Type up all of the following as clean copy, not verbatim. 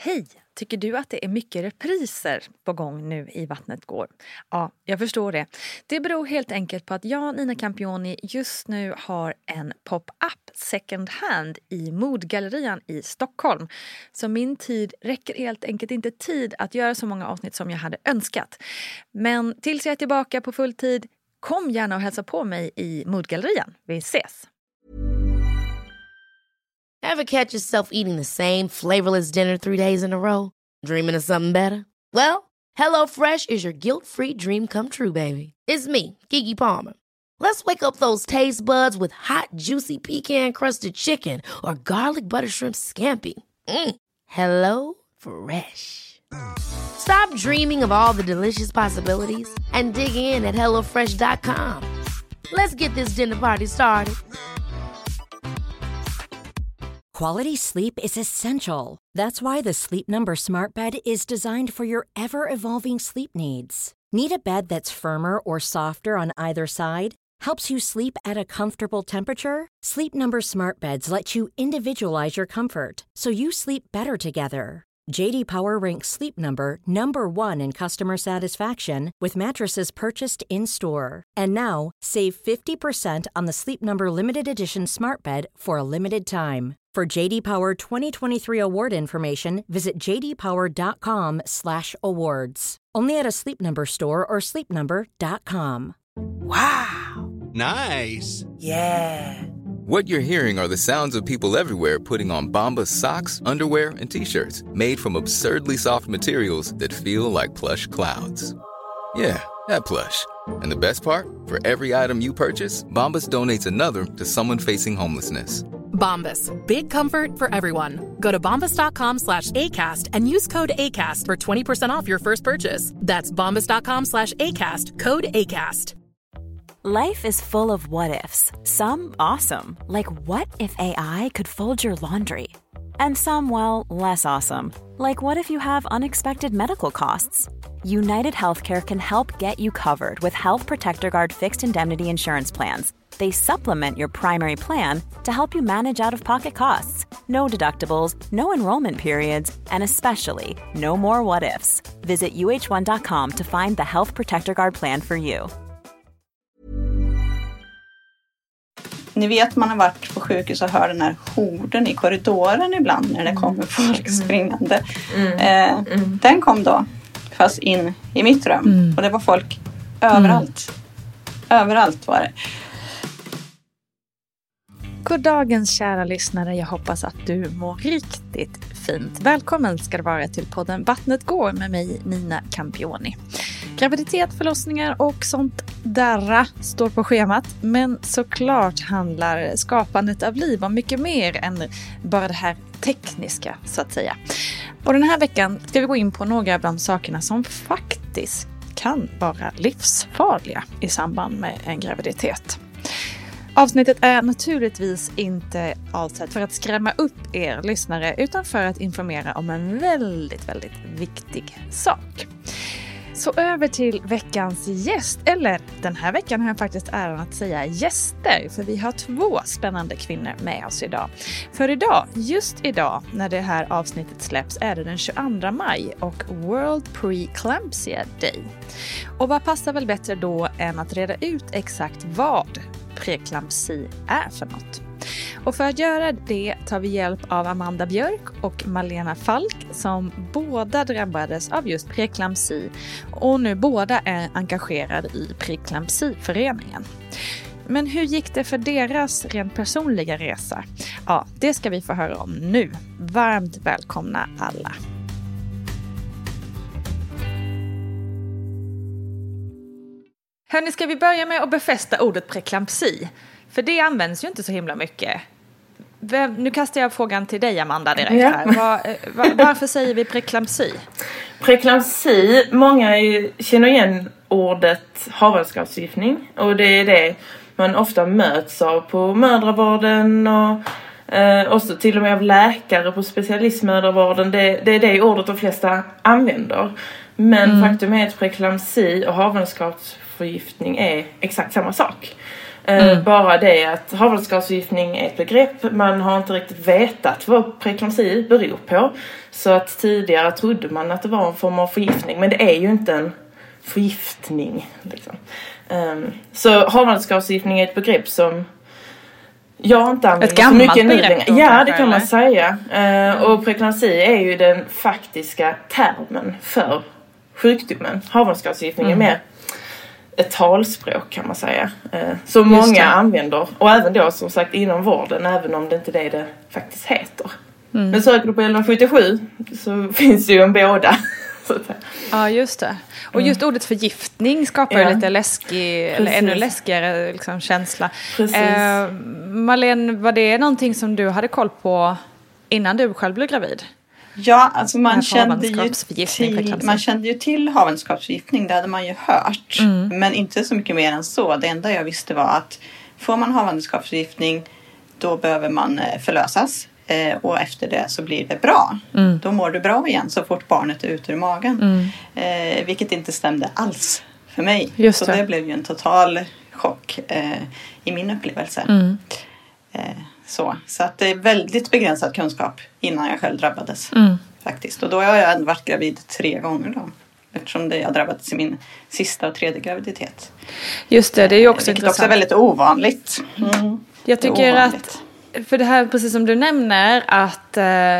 Hej! Tycker du att det är mycket repriser på gång nu i Vattnet går? Ja, jag förstår det. Det beror helt enkelt på att jag, Nina Campioni, just nu har en pop-up second hand i Modgallerian i Stockholm. Så min tid räcker helt enkelt inte tid att göra så många avsnitt som jag hade önskat. Men tills jag är tillbaka på full tid, kom gärna och hälsa på mig i Modgallerian. Vi ses! Ever catch yourself eating the same flavorless dinner 3 days in a row? Dreaming of something better? Well, HelloFresh is your guilt-free dream come true, baby. It's me, Keke Palmer. Let's wake up those taste buds with hot, juicy pecan-crusted chicken or garlic butter shrimp scampi. Hello Fresh. Stop dreaming of all the delicious possibilities and dig in at HelloFresh.com. Let's get this dinner party started. Quality sleep is essential. That's why the Sleep Number Smart Bed is designed for your ever-evolving sleep needs. Need a bed that's firmer or softer on either side? Helps you sleep at a comfortable temperature? Sleep Number Smart Beds let you individualize your comfort, so you sleep better together. J.D. Power ranks Sleep Number #1 in customer satisfaction with mattresses purchased in-store. And now, save 50% on the Sleep Number Limited Edition Smart Bed for a limited time. For JD Power 2023 award information, visit jdpower.com/awards. Only at a Sleep Number store or sleepnumber.com. Wow! Nice! Yeah! What you're hearing are the sounds of people everywhere putting on Bombas socks, underwear, and T-shirts made from absurdly soft materials that feel like plush clouds. Yeah, that plush. And the best part? For every item you purchase, Bombas donates another to someone facing homelessness. Bombas. Big comfort for everyone. Go to bombas.com/ACAST and use code ACAST for 20% off your first purchase. That's bombas.com/ACAST. Code ACAST. Life is full of what-ifs. Some awesome. Like what if AI could fold your laundry? And some, well, less awesome. Like what if you have unexpected medical costs? United Healthcare can help get you covered with Health Protector Guard fixed indemnity insurance plans. They supplement your primary plan to help you manage out-of-pocket costs. No deductibles, no enrollment periods, and especially no more what-ifs. Visit uh1.com to find the Health Protector Guard plan for you. Ni vet, man har varit på sjukhus och hör den här horden i korridoren ibland när det kommer folk springande. Den kom då fast in i mitt rum. Och det var folk överallt. Överallt var det. God dagens kära lyssnare, jag hoppas att du mår riktigt fint. Välkommen ska det vara till podden Vattnet går med mig, Nina Campioni. Graviditet, förlossningar och sånt där står på schemat. Men såklart handlar skapandet av liv om mycket mer än bara det här tekniska, så att säga. Och den här veckan ska vi gå in på några av de sakerna som faktiskt kan vara livsfarliga i samband med en graviditet. Avsnittet är naturligtvis inte avsett för att skrämma upp er lyssnare utan för att informera om en väldigt, väldigt viktig sak. Så över till veckans gäst, eller den här veckan har jag faktiskt äran att säga gäster, för vi har 2 spännande kvinnor med oss idag. För idag, just idag, när det här avsnittet släpps, är det den 22 maj och World Preeclampsia Day. Och vad passar väl bättre då än att reda ut exakt vad preeklampsi är för något? Och för att göra det tar vi hjälp av Amanda Björk och Malena Falk som båda drabbades av just preeklampsi och nu båda är engagerade i Preeklampsiföreningen. Men hur gick det för deras rent personliga resa? Ja, det ska vi få höra om nu. Varmt välkomna alla! Hörrni, ska vi börja med att befästa ordet preeklampsi? För det används ju inte så himla mycket. Nu kastar jag frågan till dig, Amanda, direkt här. Varför säger vi preeklampsi? Preeklampsi, många känner igen ordet havandeskapsförgiftning. Och det är det man ofta möts av på mödravården och så till och med av läkare på specialistmödravården. Det är det ordet de flesta använder. Men faktum är att preeklampsi och havandeskapsförgiftning är exakt samma sak. Bara det att havandeskapsförgiftning är ett begrepp. Man har inte riktigt vetat vad preeklamsi beror på. Så att tidigare trodde man att det var en form av förgiftning. Men det är ju inte en förgiftning. Liksom. Så havandeskapsförgiftning är ett begrepp som jag inte använder så mycket nu längre. Ja, det kan man säga. Och preeklamsi är ju den faktiska termen för sjukdomen. Havandeskapsförgiftning är mer ett talspråk kan man säga. Som många använder. Och även då som sagt inom vården. Även om det inte är det faktiskt heter. Men söker du på 1177 så finns det ju en båda. Ja, just det. Och just ordet förgiftning skapar ju lite läskig, eller ännu läskigare liksom, känsla. Marlene, var det någonting som du hade koll på innan du själv blev gravid? Ja, alltså man kände ju till havandeskapsförgiftning, det hade man ju hört. Men inte så mycket mer än så. Det enda jag visste var att får man havandeskapsförgiftning då behöver man förlösas. Och efter det så blir det bra. Då mår du bra igen så fort barnet är ute ur magen. Vilket inte stämde alls för mig. Så det blev ju en total chock i min upplevelse. Så att det är väldigt begränsad kunskap innan jag själv drabbades. Faktiskt. Och då har jag varit gravid 3 gånger då. Eftersom jag drabbades i min sista och 3:e graviditet. Just det, det är ju också vilket också är väldigt ovanligt. Jag tycker att för det här, precis som du nämner, att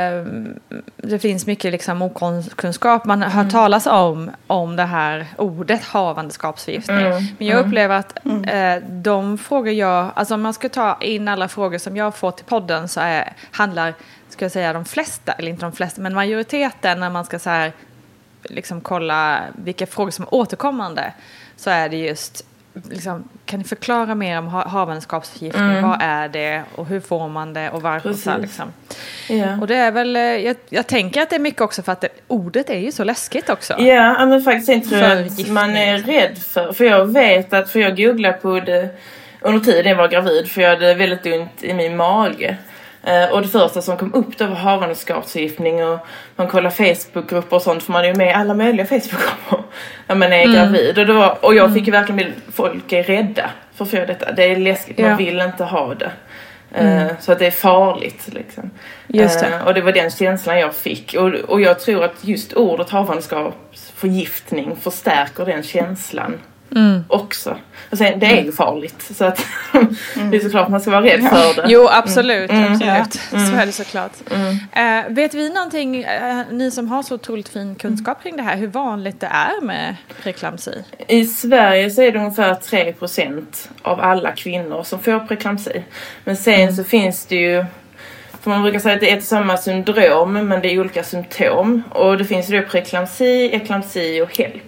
det finns mycket liksom okunskap. Man har hört talas om det här ordet havandeskapsförgiftning. Men jag upplever att de frågor alltså om man ska ta in alla frågor som jag får till podden så handlar, ska jag säga, de flesta, eller inte de flesta, men majoriteten när man ska så här, liksom kolla vilka frågor som är återkommande så är det just liksom, kan ni förklara mer om havandeskapsförgiftning? Vad är det och hur får man det och varför? Så, liksom. Och det är väl, jag tänker att det är mycket också för att ordet är ju så läskigt också. Ja, men faktiskt inte tror jag att man är rädd för jag vet att, för jag googlade på det under tiden jag var gravid för jag hade väldigt ont i min mage. Och det första som kom upp då var havandeskapsförgiftning och man kollar Facebookgrupper och sånt för man är ju med i alla möjliga Facebookgrupper när man är gravid och jag fick ju verkligen folk är rädda för att få detta. Det är läskigt, man vill inte ha det. Så att det är farligt liksom. Just det. Och det var den känslan jag fick och jag tror att just ordet havandeskapsförgiftning förstärker den känslan också. Och sen, det är ju farligt så att det är såklart man ska vara rädd för det. Jo, absolut. Så är det såklart. Vet vi någonting, ni som har så otroligt fin kunskap kring det här, hur vanligt det är med preeklamsi? I Sverige så är det ungefär 3% av alla kvinnor som får preeklamsi. Men sen så finns det ju, för man brukar säga att det är ett samma syndrom men det är olika symptom. Och det finns ju då preeklamsi, eklampsi och HELP.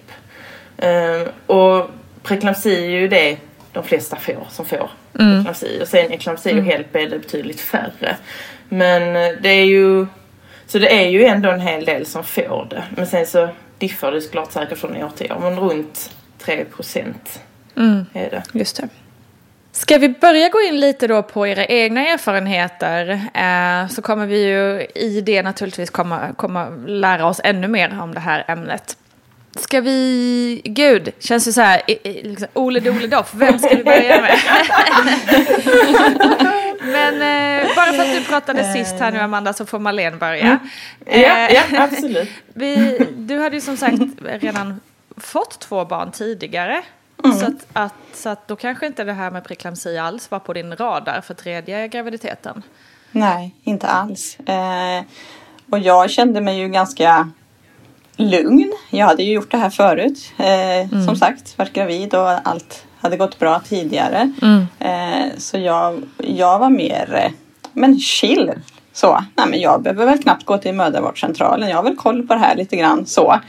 Och preeklamsi är ju det de flesta får som får eklampsi. Och sen eklampsi och HELP är det betydligt färre. Men det är ju, så det är ju ändå en hel del som får det. Men sen så diffar det såklart säkert från år till år. Men runt 3% är det. Just det. Ska vi börja gå in lite då på era egna erfarenheter så kommer vi ju i det naturligtvis komma lära oss ännu mer om det här ämnet. Ska vi... Gud, känns det så här... Liksom, Ole Dole Doff, vem ska vi börja med? Men bara för att du pratade sist här nu, Amanda, så får Marlene börja. Ja, absolut. Du hade ju som sagt redan fått 2 barn tidigare. Så att då kanske inte det här med preeklamsi alls var på din radar för 3:e graviditeten. Nej, inte alls. Och jag kände mig ju ganska lugn. Jag hade ju gjort det här förut. Som sagt, varit gravid och allt hade gått bra tidigare. Så jag var mer chill. Så, nej, men jag behöver väl knappt gå till mödravårdscentralen. Jag har väl koll på det här lite grann så.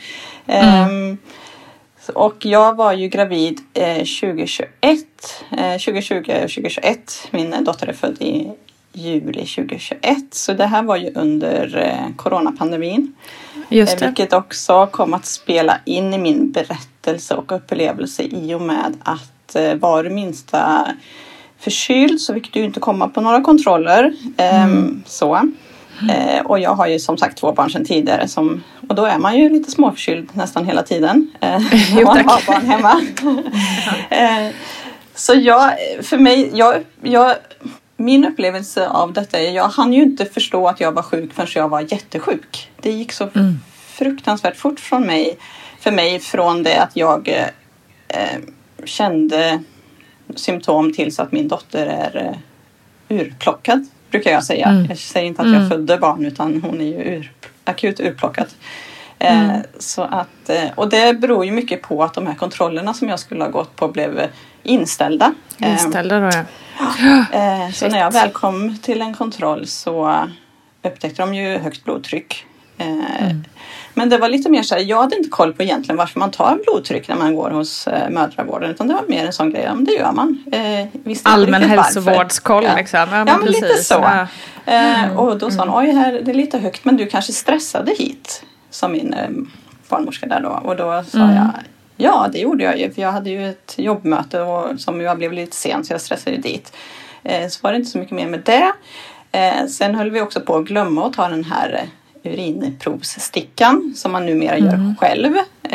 Och jag var ju gravid 2020 och 2021. Min dotter är född i juli 2021. Så det här var ju under coronapandemin. Just det. Vilket också kom att spela in i min berättelse och upplevelse i och med att var du minsta förkyld så fick du inte komma på några kontroller. Och jag har ju som sagt 2 barn sedan tidigare och då är man ju lite småförkyld nästan hela tiden. Man har barn hemma. Så min upplevelse av detta är, jag hann ju inte förstå att jag var sjuk förrän jag var jättesjuk. Det gick så fruktansvärt fort för mig från det att jag kände symptom tills att min dotter är urplockad, brukar jag säga. Jag säger inte att jag födde barn, utan hon är ju akut urplockad. Så att, och det beror ju mycket på att de här kontrollerna som jag skulle ha gått på blev inställda. Inställda då, ja. Så när jag väl kom till en kontroll så upptäckte de ju högt blodtryck. Men det var lite mer så här, jag hade inte koll på egentligen varför man tar blodtryck när man går hos mödravården, utan det var mer en sån grej, men det gör man. Allmän hälsovårdskoll liksom. Ja, men lite så. Och då sa han, oj, här, det är lite högt, men du kanske stressade hit, som min barnmorska där då. Och då sa jag, ja, det gjorde jag ju, för jag hade ju ett jobbmöte som jag blev lite sen, så jag stressade dit. Så var det inte så mycket mer med det. Sen höll vi också på att glömma att ta den här urinprovsstickan som man numera gör själv.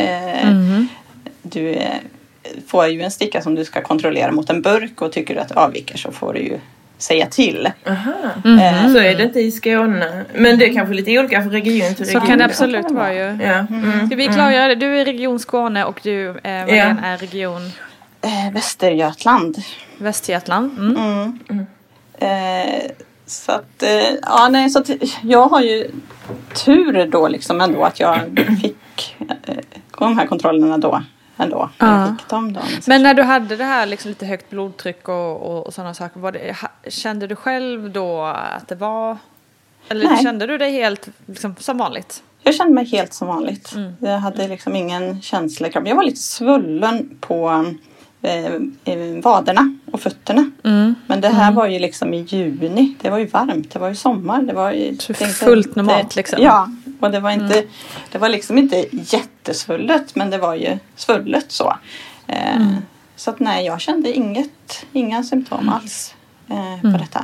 Du får ju en sticka som du ska kontrollera mot en burk, och tycker du att det avviker så får du ju säga till. Så är det inte i Skåne. Men det är kanske lite olika för region till region. Så kan det absolut vara ju. Ska vi klargöra det? Du är region Skåne och du är region Västergötland. Så att, så att jag har ju tur då liksom ändå att jag fick de här kontrollerna då. Jag fick dem då. Men när du hade det här liksom lite högt blodtryck och sådana saker, kände du själv då att det var, eller kände du dig helt liksom som vanligt? Jag kände mig helt som vanligt. Jag hade liksom ingen känsla i kroppen. Jag var lite svullen på vaderna och fötterna. Men det här var ju liksom i juni. Det var ju varmt, det var ju sommar. Det var ju fullt normalt liksom. Ja, och det var inte det var liksom inte jättesvullet, men det var ju svullet så. Så att nej, jag kände inga symptom alls på detta.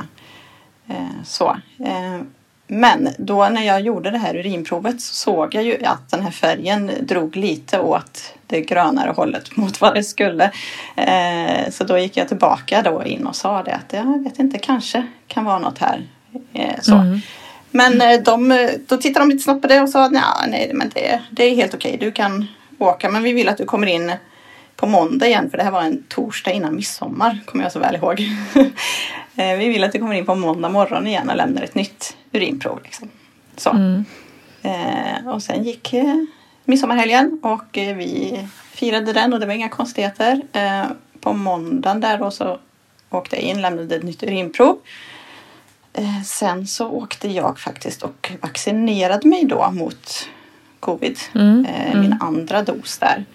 Men då när jag gjorde det här urinprovet så såg jag ju att den här färgen drog lite åt det grönare hållet mot vad det skulle. Så då gick jag tillbaka då in och sa det att jag vet inte, kanske kan vara något här. Men då tittade de lite snabbt på det och sa nej, men det är helt okej. Du kan åka, men vi vill att du kommer in på måndag igen, för det här var en torsdag innan midsommar, kommer jag så väl ihåg. Vi vill att du kommer in på måndag morgon igen och lämnar ett nytt urinprov liksom. Så. Och sen gick midsommarhelgen och vi firade den, och det var inga konstigheter. På måndagen där då så åkte jag in, lämnade ett nytt urinprov. Sen så åkte jag faktiskt och vaccinerade mig då mot covid. Min andra dos där.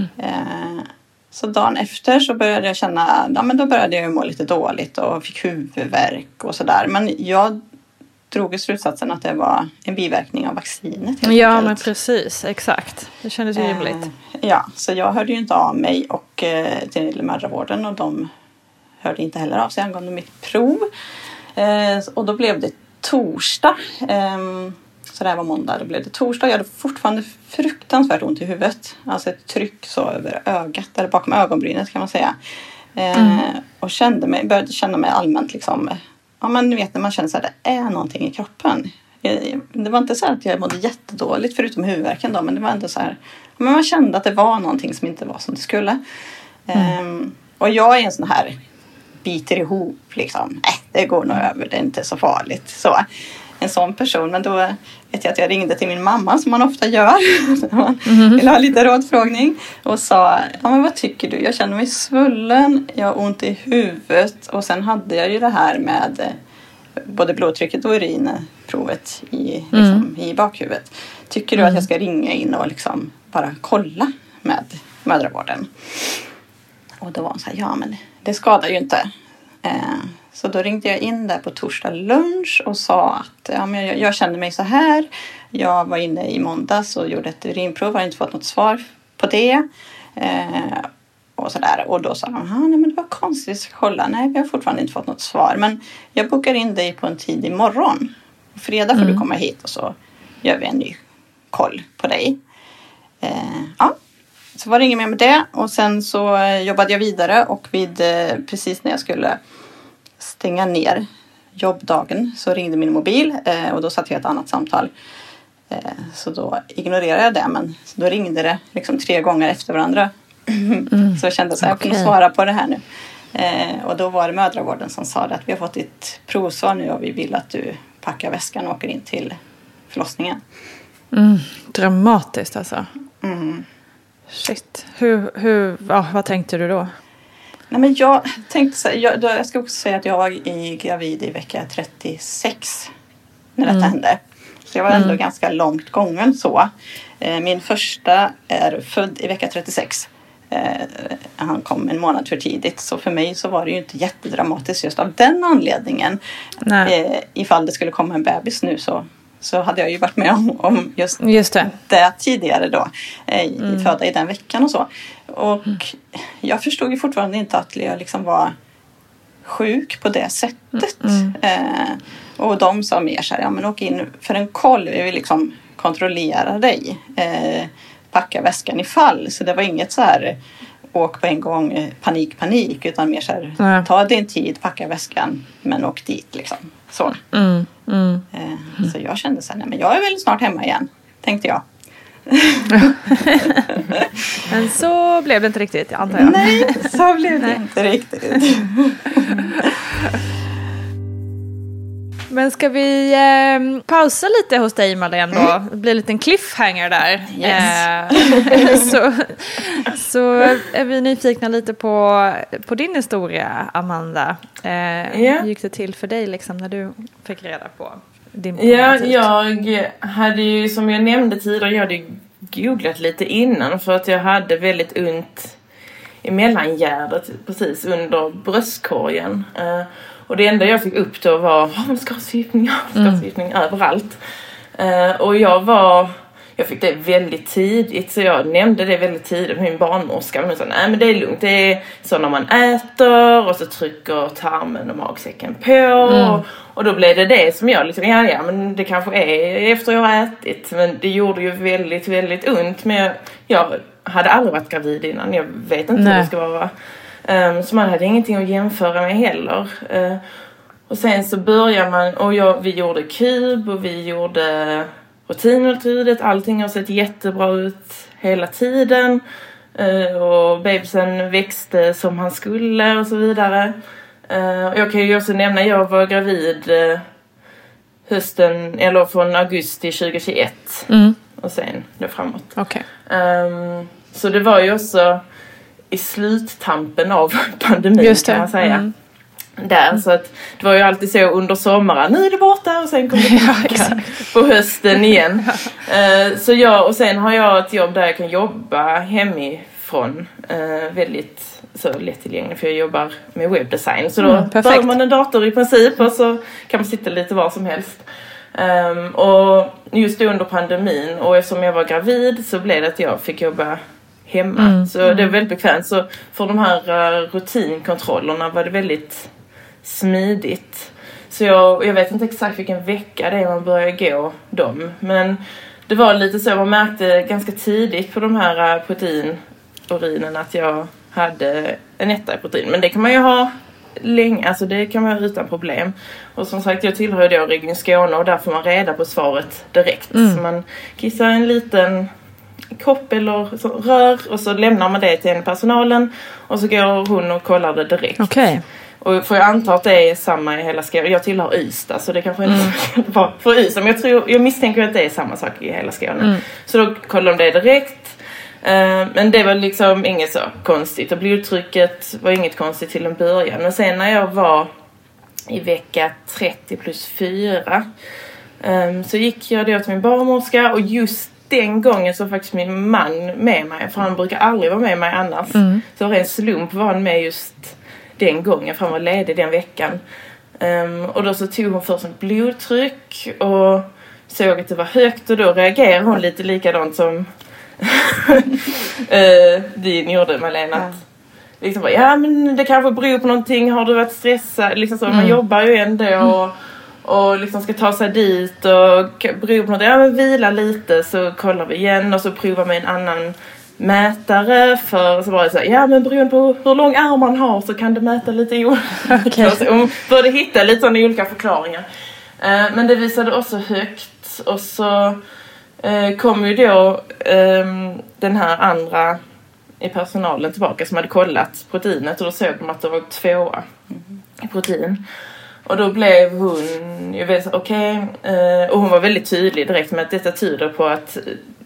Så dagen efter så började jag känna, men då började jag må lite dåligt och fick huvudvärk och sådär. Men jag drog i slutsatsen att det var en biverkning av vaccinet. Ja, men precis, exakt. Det kändes ju rimligt. Ja, så jag hörde ju inte av mig och till mödravården, och de hörde inte heller av sig angående mitt prov. Och då blev det torsdag. Så det här var måndag, då blev det torsdag. Jag hade fortfarande fruktansvärt ont i huvudet. Alltså ett tryck så över ögat, eller bakom ögonbrynet kan man säga. Och började känna mig allmänt liksom, ja men ni vet när man känner så här, det är någonting i kroppen. Det var inte så här att jag mådde jättedåligt förutom huvudvärken då, men det var ändå så här, men man kände att det var någonting som inte var som det skulle. Och jag är en sån här biter ihop liksom, det går nog över, det är inte så farligt så. En sån person, men då vet jag att jag ringde till min mamma som man ofta gör man vill ha lite rådfrågning och sa, ja men vad tycker du? Jag känner mig svullen, jag har ont i huvudet, och sen hade jag ju det här med både blodtrycket och urinprovet i bakhuvudet. Tycker du att jag ska ringa in och liksom bara kolla med mödravården? Och då var hon så här, ja men det skadar ju inte. Så då ringde jag in där på torsdag lunch och sa att jag kände mig så här. Jag var inne i måndags och gjorde ett urinprov, har inte fått något svar på det. Och sådär. Och då sa de, nej men det var konstigt, jag ska kolla. Nej, vi har fortfarande inte fått något svar. Men jag bokar in dig på en tid imorgon. På fredag får du komma hit och så gör vi en ny koll på dig. så var det inget mer med det. Och sen så jobbade jag vidare. Och precis när jag skulle stänga ner jobbdagen så ringde min mobil. Och då satt jag i ett annat samtal. Så då ignorerade jag det. Men då ringde det liksom 3 gånger efter varandra. Så jag kände att jag kunde svara på det här nu. Och då var det mödravården som sa att vi har fått ditt provsvar nu och vi vill att du packar väskan och åker in till förlossningen. Dramatiskt alltså. Shit. Vad tänkte du då? Nej, men jag tänkte så här, jag ska också säga att jag var gravid i vecka 36 när detta hände. Så jag var ändå ganska långt gången så. Min första är född i vecka 36. Han kom en månad för tidigt. Så för mig så var det ju inte jättedramatiskt just av den anledningen. Ifall det skulle komma en bebis nu så hade jag ju varit med om just det tidigare då. Födda i den veckan och så. Och jag förstod ju fortfarande inte att jag liksom var sjuk på det sättet. Och de sa mer så här, ja men åk in för en koll. Vi vill liksom kontrollera dig. Packa väskan ifall. Så det var inget så här åk på en gång panik. Utan mer så här, ta din tid, packa väskan. Men åk dit liksom. Så. Så jag kände så här, nej men jag är väl snart hemma igen. Tänkte jag. Men så blev det inte riktigt, antar jag. Nej, så blev det inte riktigt. Men ska vi pausa lite hos dig, Malene då? Det blir en liten cliffhanger där. Yes. Så är vi nyfikna lite på din historia, Amanda. Hur gick det till för dig liksom, när du fick reda på din problematik? Jag hade ju, som jag nämnde tidigare, jag hade googlat lite innan för att jag hade väldigt ont i mellangärdet precis under bröstkorgen. Och det enda jag fick upp då var skarvsviftning överallt. Och jag fick det väldigt tidigt, så jag nämnde det väldigt tidigt med min barnmorska. Men hon sa, nej men det är lugnt, det är så när man äter och så trycker tarmen och magsäcken på. Och då blev det som jag liksom, ja men det kanske är efter jag har ätit. Men det gjorde ju väldigt, väldigt ont. Men jag hade aldrig varit gravid innan, jag vet inte hur det ska vara. Så man hade ingenting att jämföra med heller. Och sen så börjar man, och vi gjorde kub och vi gjorde rutinultraljud. Allting har sett jättebra ut hela tiden. Och bebisen växte som han skulle och så vidare. Och jag kan ju också nämna, jag var gravid från augusti 2021. Och sen då framåt. Okay. Så det var ju också i sluttampen av pandemin, kan man säga. Där, så att det var ju alltid så under sommaren, nu är det borta och sen kommer det tillbaka på hösten igen. Och sen har jag ett jobb där jag kan jobba hemifrån, väldigt så lättillgängligt, för jag jobbar med webbdesign, så då behöver man en dator i princip och så kan man sitta lite var som helst. Och just under pandemin, och eftersom jag var gravid, så blev det att jag fick jobba hemma. Så det var väldigt bekvämt. Så för de här rutinkontrollerna var det väldigt smidigt. Så jag vet inte exakt vilken vecka det är man börjar gå dem. Men det var lite så, man märkte ganska tidigt på de här proteinurinen att jag hade en etta i protein. Men det kan man ju ha länge, alltså det kan man ha utan problem. Och som sagt, jag tillhör då Region Skåne och där får man reda på svaret direkt. Så man kissar en liten kopp eller så, rör, och så lämnar man det till en personalen och så går hon och kollar det direkt. Okay. Och får jag anta att det är samma i hela Skåne. Jag tillhör Ystad, så det kanske inte var för Ystad, men jag misstänker att det är samma sak i hela Skåne. Så då kollar de det direkt. Men det var liksom inget så konstigt, och blodtrycket var inget konstigt till en början. Men sen när jag var i vecka 30+4 så gick jag då till min barnmorska, och just den gången så faktiskt min man med mig, för han brukar aldrig vara med mig annars. Så var det en slump var han med just den gången, för han var ledig den veckan. Och då så tog hon först en blodtryck och såg att det var högt, och då reagerade hon lite likadant som din gjorde, Malena. Liksom bara, ja men det kanske beror på någonting, har du varit stressad? Liksom så, man jobbar ju ändå och liksom ska ta sig dit och beror på något, ja men vila lite, så kollar vi igen och så provar vi en annan mätare för så var det så här, ja men beroende på hur lång arm man har så kan det mäta lite olika. Hon började hitta lite sådana olika förklaringar. Men det visade också högt och så kom ju då den här andra i personalen tillbaka som hade kollat proteinet och då såg de att det var 2 i protein. Och då blev hon, jag vet okej, och hon var väldigt tydlig direkt med att detta tyder på att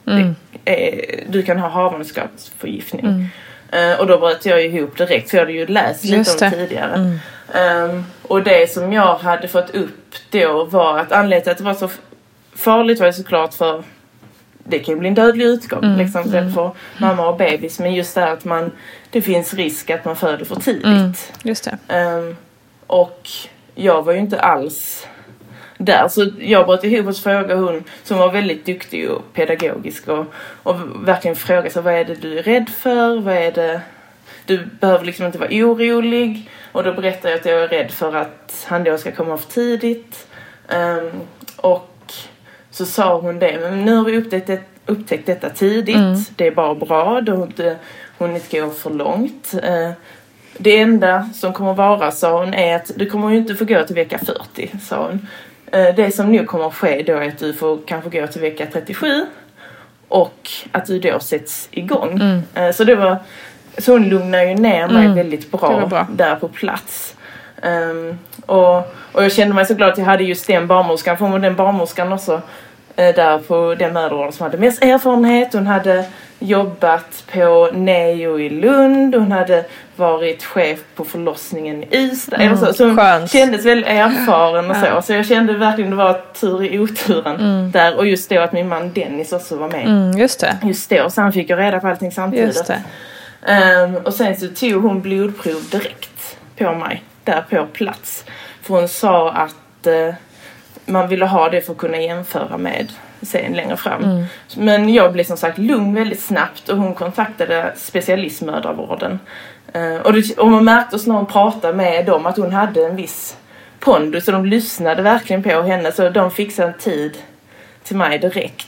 du kan ha havandeskapsförgiftning. Och då bröt jag ihop direkt för jag hade ju läst lite om tidigare. Och det som jag hade fått upp då var att anledningen till att det var så farligt var ju såklart för det kan ju bli en dödlig utgång liksom, för mamma och bebis, men just det att det finns risk att man föder för tidigt. Just det. Och jag var ju inte alls där, så jag bröt ihop och frågade hon som var väldigt duktig och pedagogisk och verkligen frågade sig, vad är det du är rädd för, vad är det, du behöver liksom inte vara orolig, och då berättade jag att jag är rädd för att han då ska komma för tidigt, och så sa hon det, men nu har vi upptäckt detta tidigt, det är bara bra, då hon inte går för långt. Det enda som kommer vara, sa hon, är att du kommer ju inte få gå till vecka 40, sa hon. Det som nu kommer att ske då är att du får kanske gå till vecka 37 och att du då sätts igång. Så hon lugnar ju ner mig väldigt bra där på plats. Och jag kände mig så glad att jag hade just den barnmorskan, för hon var den barnmorskan också där på den mödravården som hade mest erfarenhet. Hon hade jobbat på Neo i Lund. Hon hade varit chef på förlossningen i Ystad. Så hon kändes väldigt erfaren och så. Så jag kände verkligen det var tur i oturen där. Och just då att min man Dennis också var med. Just då. Så han fick ju reda på allting samtidigt. Och sen så tog hon blodprov direkt på mig. Där på plats. För hon sa att man ville ha det för att kunna jämföra med sen längre fram. Men jag blev som sagt lugn väldigt snabbt och hon kontaktade specialistmödravården. Och man märkte oss när hon pratade med dem att hon hade en viss pondus och de lyssnade verkligen på henne, så de fixade en tid till mig direkt.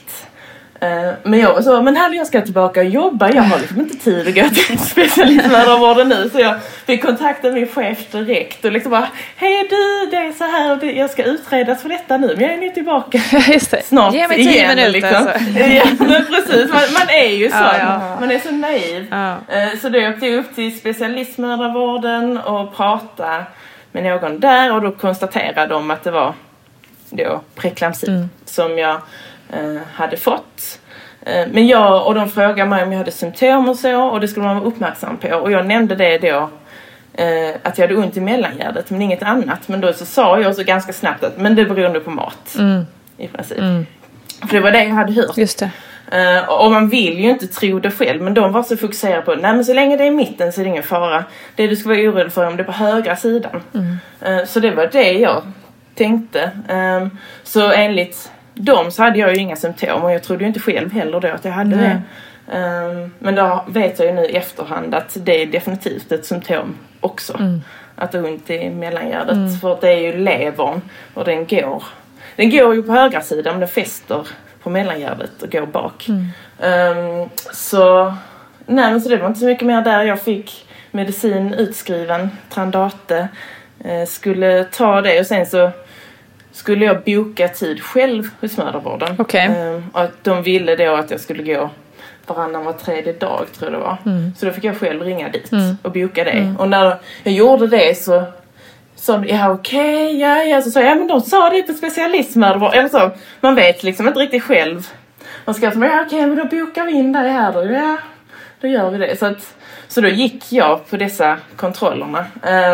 Men jag var så, men här jag ska tillbaka och jobba, jag har liksom inte tid att gå till specialistmödravården nu, så jag fick kontakta min chef direkt och liksom bara, hej du, det är så här, jag ska utredas för detta nu, men jag är nu tillbaka snart. Ge mig 10 minuter liksom. Alltså. Ja, men precis, man är ju så, man är så naiv. Så då åkte jag upp till specialistmödravården och pratade med någon där, och då konstaterade de att det var då preklampsi som jag hade fått. Men och de frågade mig om jag hade symptom och så, och det skulle man vara uppmärksam på, och jag nämnde det då att jag hade ont i mellangärdet men inget annat, men då så sa jag så ganska snabbt att men det berodde på mat i princip. För det var det jag hade hört. Just det. Och man vill ju inte tro det själv, men de var så fokuserade på nej, men så länge det är i mitten så är det ingen fara. Det du ska vara orolig för om det är på högra sidan. Så det var det jag tänkte. Så enligt dem så hade jag ju inga symptom, och jag trodde ju inte själv heller då att jag hade det. Men då vet jag ju nu i efterhand att det är definitivt ett symptom också. Att det är ont i mellangärdet. För att det är ju levern, och den går ju på högra sidan, men den fäster på mellangärdet och går bak. Så det var inte så mycket mer där. Jag fick medicin utskriven, Trandate, skulle ta det, och sen så skulle jag boka tid själv hos mödravården. Och att de ville då att jag skulle gå varannan var tredje dag, tror jag det var. Så då fick jag själv ringa dit och boka det. Och när jag gjorde det så sa de, så sa jag, men de sa det på specialistmödravården. Eller så, man vet liksom inte riktigt själv. Man ska säga, men då bokar vi in det här då. Ja, då gör vi det. Så då gick jag på dessa kontrollerna.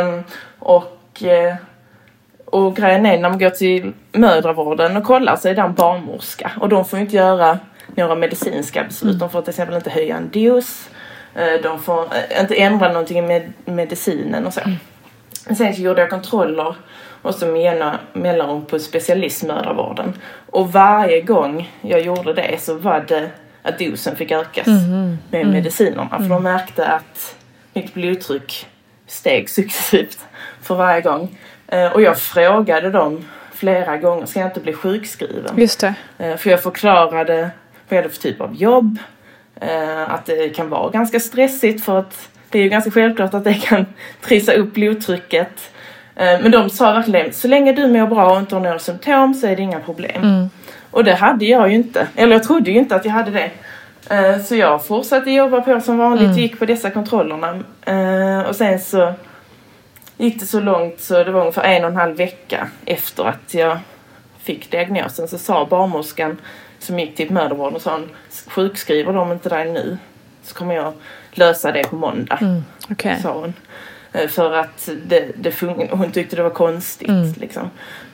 Och grejen är, när man går till mödravården och kollar, så är det en barnmorska. Och de får inte göra några medicinska beslut. De får till exempel inte höja en dos. De får inte ändra någonting med medicinen och så. Sen så gjorde jag kontroller och så mellan på specialistmödravården. Och varje gång jag gjorde det så var det att dosen fick ökas med medicinerna. För de märkte att mitt blodtryck steg successivt för varje gång. Och jag frågade dem flera gånger, ska jag inte bli sjukskriven? Just det. För jag förklarade vad jag hade för typ av jobb. att det kan vara ganska stressigt för att det är ju ganska självklart att det kan trissa upp blodtrycket. Men de sa verkligen, så länge du mår bra och inte har några symptom så är det inga problem. Och det hade jag ju inte. Eller jag trodde ju inte att jag hade det. Så jag fortsatte jobba på som vanligt, gick på dessa kontrollerna. Och sen så gick det så långt så det var ungefär 1,5 vecka efter att jag fick diagnosen. Så sa barnmorskan som gick till mödravården och sa, sjukskriver de inte dig nu så kommer jag lösa det på måndag. Okay. Sa hon. För att hon tyckte det var konstigt. Liksom.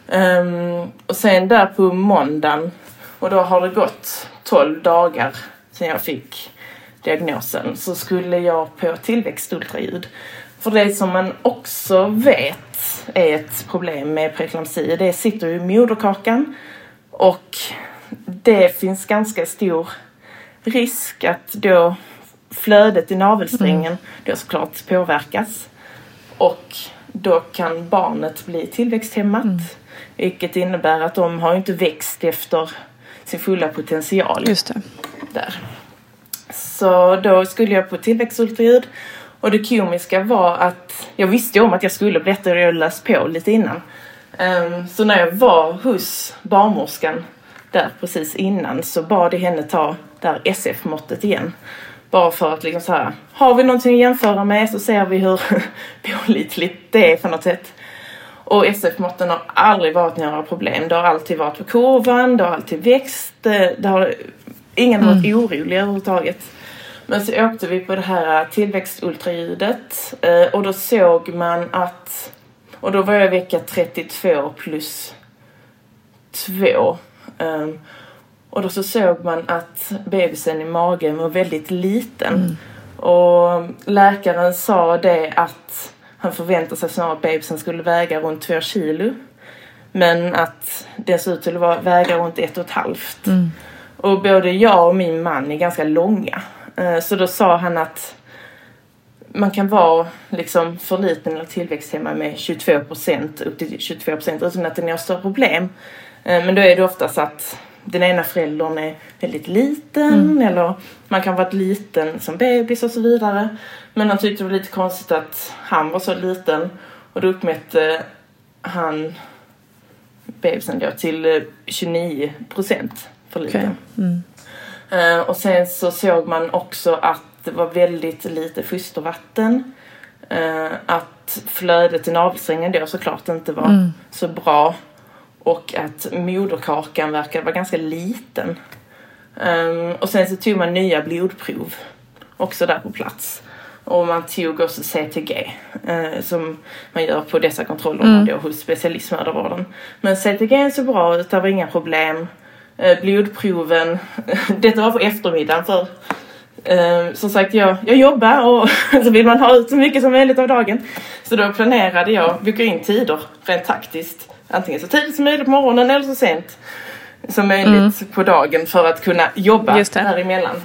Och sen där på måndagen, och då har det gått 12 dagar sedan jag fick diagnosen, så skulle jag på tillväxtultraljud. För det som man också vet är ett problem med preeklamsi, det sitter i moderkakan och det finns ganska stor risk att då flödet i navelsträngen då såklart påverkas. Och då kan barnet bli tillväxthämmat. Vilket innebär att de har inte växt efter sin fulla potential. Just det. Där. Så då skulle jag på tillväxtultraljud. Och det komiska var att jag visste om att jag skulle bli bättre och jag läst på lite innan. Så när jag var hos barnmorskan där precis innan så bad jag henne ta där SF-måttet igen. Bara för att liksom så här, har vi någonting att jämföra med så ser vi hur pålitligt det är för något sätt. Och SF-måtten har aldrig varit några problem. Det har alltid varit på kurvan, det har alltid växt. Ingen har varit orolig överhuvudtaget. Men så åkte vi på det här tillväxtultraljudet och då såg man att, och då var jag vecka 32 plus 2. Och då så såg man att bebisen i magen var väldigt liten. Och läkaren sa det att han förväntade sig snarare att bebisen skulle väga runt 2 kilo. Men att den såg ut till att väga runt 1,5. Och både jag och min man är ganska långa. Så då sa han att man kan vara liksom för liten eller tillväxthämmad med 22%, upp till 22% utan att det är några större problem. Men då är det oftast att den ena föräldern är väldigt liten eller man kan vara liten som bebis och så vidare. Men han tyckte det var lite konstigt att han var så liten och då uppmätte han bebisen då till 29% för liten. Okay. Och sen så såg man också att det var väldigt lite fostervatten. Att flödet i navelsträngen då såklart inte var så bra. Och att moderkakan verkade vara ganska liten. Och sen så tog man nya blodprov. Också där på plats. Och man tog också CTG. Som man gör på dessa kontrollerna då hos specialistmödravården. Men CTG så bra ut, det var inga problem. Blodproven. Detta var på eftermiddagen för som sagt jag jobbar och så vill man ha ut så mycket som möjligt av dagen. Så då planerade jag bokade in tider rent taktiskt. Antingen så tidigt som möjligt på morgonen eller så sent som möjligt på dagen för att kunna jobba däremellan.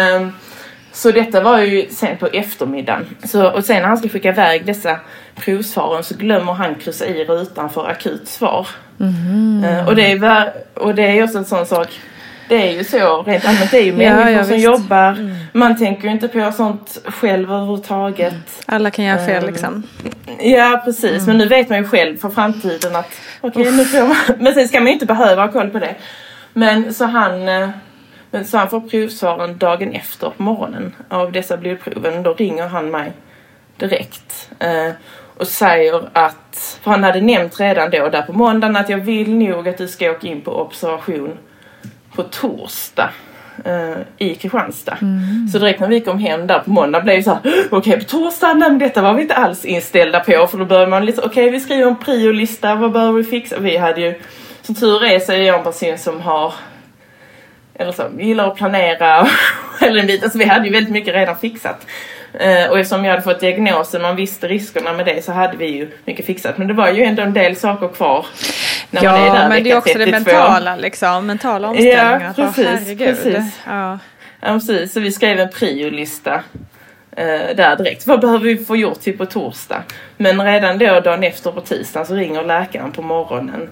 Så detta var ju sen på eftermiddagen. Och sen när han ska skicka iväg dessa provsvaren så glömmer han kryssa i rutan för akut svar. Och det är också en sån sak. Det är ju så, rent allmänt, det är ju människor som jobbar. Man tänker ju inte på sånt själv överhuvudtaget. Alla kan göra fel liksom. Ja, precis. Men nu vet man ju själv för framtiden att okej, nu får man. Men sen ska man ju inte behöva ha koll på det. Men så han får provsvaren dagen efter på morgonen av dessa blodproven. Då ringer han mig direkt. Och säger att, för han hade nämnt redan då där på måndagen att jag vill nog att du ska åka in på observation på torsdag i Kristianstad. Så direkt när vi kom hem där på måndag blev det så här, okej, på torsdag, men detta var vi inte alls inställda på, för då börjar man lite, okej, vi skriver en priolista, vad behöver vi fixa? Vi hade ju, som tur är så är jag en person som har eller så, gillar att planera eller en bit, alltså vi hade ju väldigt mycket redan fixat. Och eftersom jag hade fått diagnosen, man visste riskerna med det, så hade vi ju mycket fixat. Men det var ju ändå en del saker kvar. När man är där, men det är också 32. Det mentala liksom, mentala omställningar. Ja, precis. Ja, precis. Så vi skrev en priolista där direkt. Vad behöver vi få gjort till på torsdag? Men redan då, dagen efter på tisdagen, så ringer läkaren på morgonen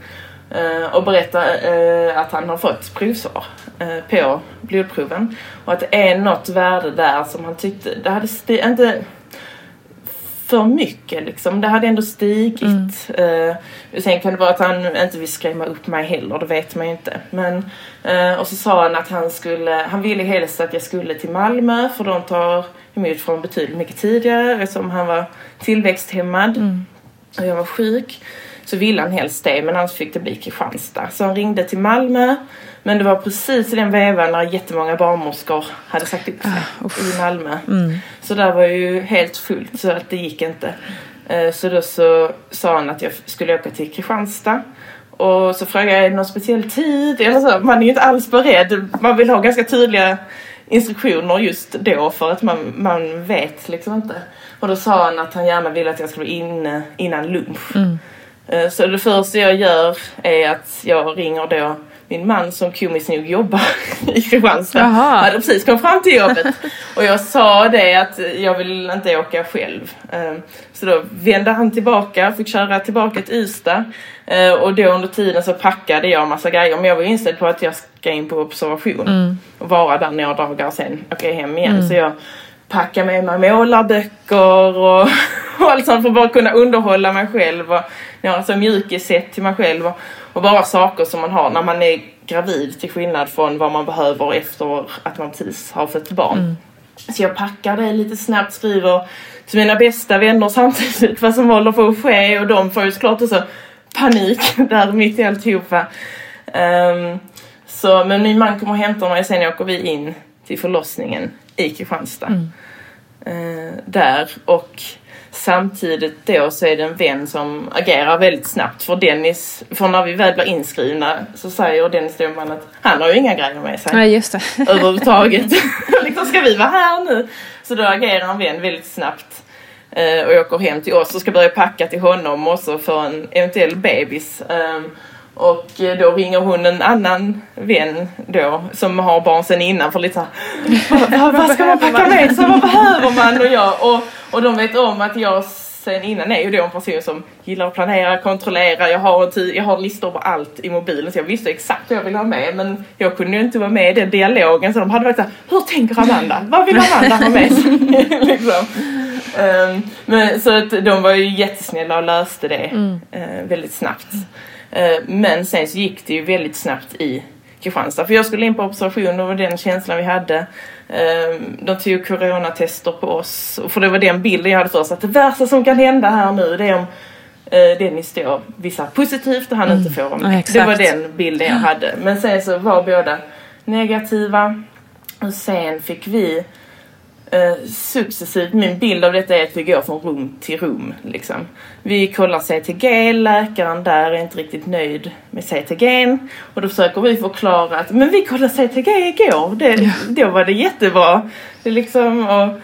Och berättar att han har fått provsvar på blodproven. Och att det är något värde där som han tyckte, det hade inte för mycket liksom. Det hade ändå stigit. Sen kan det vara att han inte vill skrämma upp mig heller, det vet man ju inte. Men, och så sa han att han ville helst att jag skulle till Malmö, för de tar emot från betydligt mycket tidigare, eftersom han var tillväxthämmad och jag var sjuk. Så ville han helst det, men annars fick det bli Kristianstad. Så han ringde till Malmö, men det var precis i den vevan när jättemånga barnmorskor hade sagt upp sig i Malmö. Så där var ju helt fullt, så att det gick inte. Så då så sa han att jag skulle åka till Kristianstad. Och så frågade jag, är det någon speciell tid? Eller så, man är ju inte alls beredd. Man vill ha ganska tydliga instruktioner just då, för att man vet liksom inte. Och då sa han att han gärna ville att jag skulle inne innan lunch. Så det första jag gör är att jag ringer då min man som komiskt nog jobbar i Kristianstad. Han hade precis kommit fram till jobbet. Och jag sa det att jag vill inte åka själv. Så då vände han tillbaka, fick köra tillbaka till Ystad. Och då under tiden så packade jag en massa grejer. Men jag var inställd på att jag ska in på observation. Och vara där några dagar och sen åka hem igen. Så jag packade med mig målarböcker och allt sånt för att bara kunna underhålla mig själv. Och alltså mjukissätt till mig själv. Och bara saker som man har när man är gravid, till skillnad från vad man behöver efter att man precis har fått barn. Så jag packar det lite snabbt, skriver till mina bästa vänner samtidigt vad som håller på att ske. Och de får ju såklart också panik där mitt i alltihopa. Men min man kommer och hämtar mig, sen åker vi in till förlossningen i Kristianstad. Där, och samtidigt då så är det en vän som agerar väldigt snabbt för Dennis. För när vi väl blir inskrivna så säger Dennis domaren att han har ju inga grejer med sig. Nej, just det. Överhuvudtaget. Liksom, ska vi vara här nu? Så då agerar en vän väldigt snabbt. Och jag åker hem till oss och ska börja packa till honom också för en eventuell bebis. Och då ringer hon en annan vän då som har barn sen innan för lite så här, vad ska man packa med? Så vad behöver man? Och de vet om att jag sen innan är ju då en person som gillar att planera, kontrollera. Jag har listor på allt i mobilen, så jag visste exakt vad jag ville ha med. Men jag kunde ju inte vara med i den dialogen, så de hade varit så här, hur tänker Amanda? Vad vill Amanda ha med sig? Liksom. Men, så att de var ju jättesnälla och löste det väldigt snabbt. Men sen så gick det ju väldigt snabbt i Kristianstad. För jag skulle in på observation och den känslan vi hade. De tog coronatester på oss. För det var den bilden jag hade först. Att det värsta som kan hända här nu, det är om Dennis då visar positivt och han inte får vara med. Det var den bilden jag hade. Men sen så var båda negativa. Och sen fick vi successivt, min bild av detta är att vi går från rum till rum liksom. Vi kollar CTG, läkaren där är inte riktigt nöjd med CTG och då försöker vi förklara att men vi kollade CTG igår, då var det jättebra det liksom, och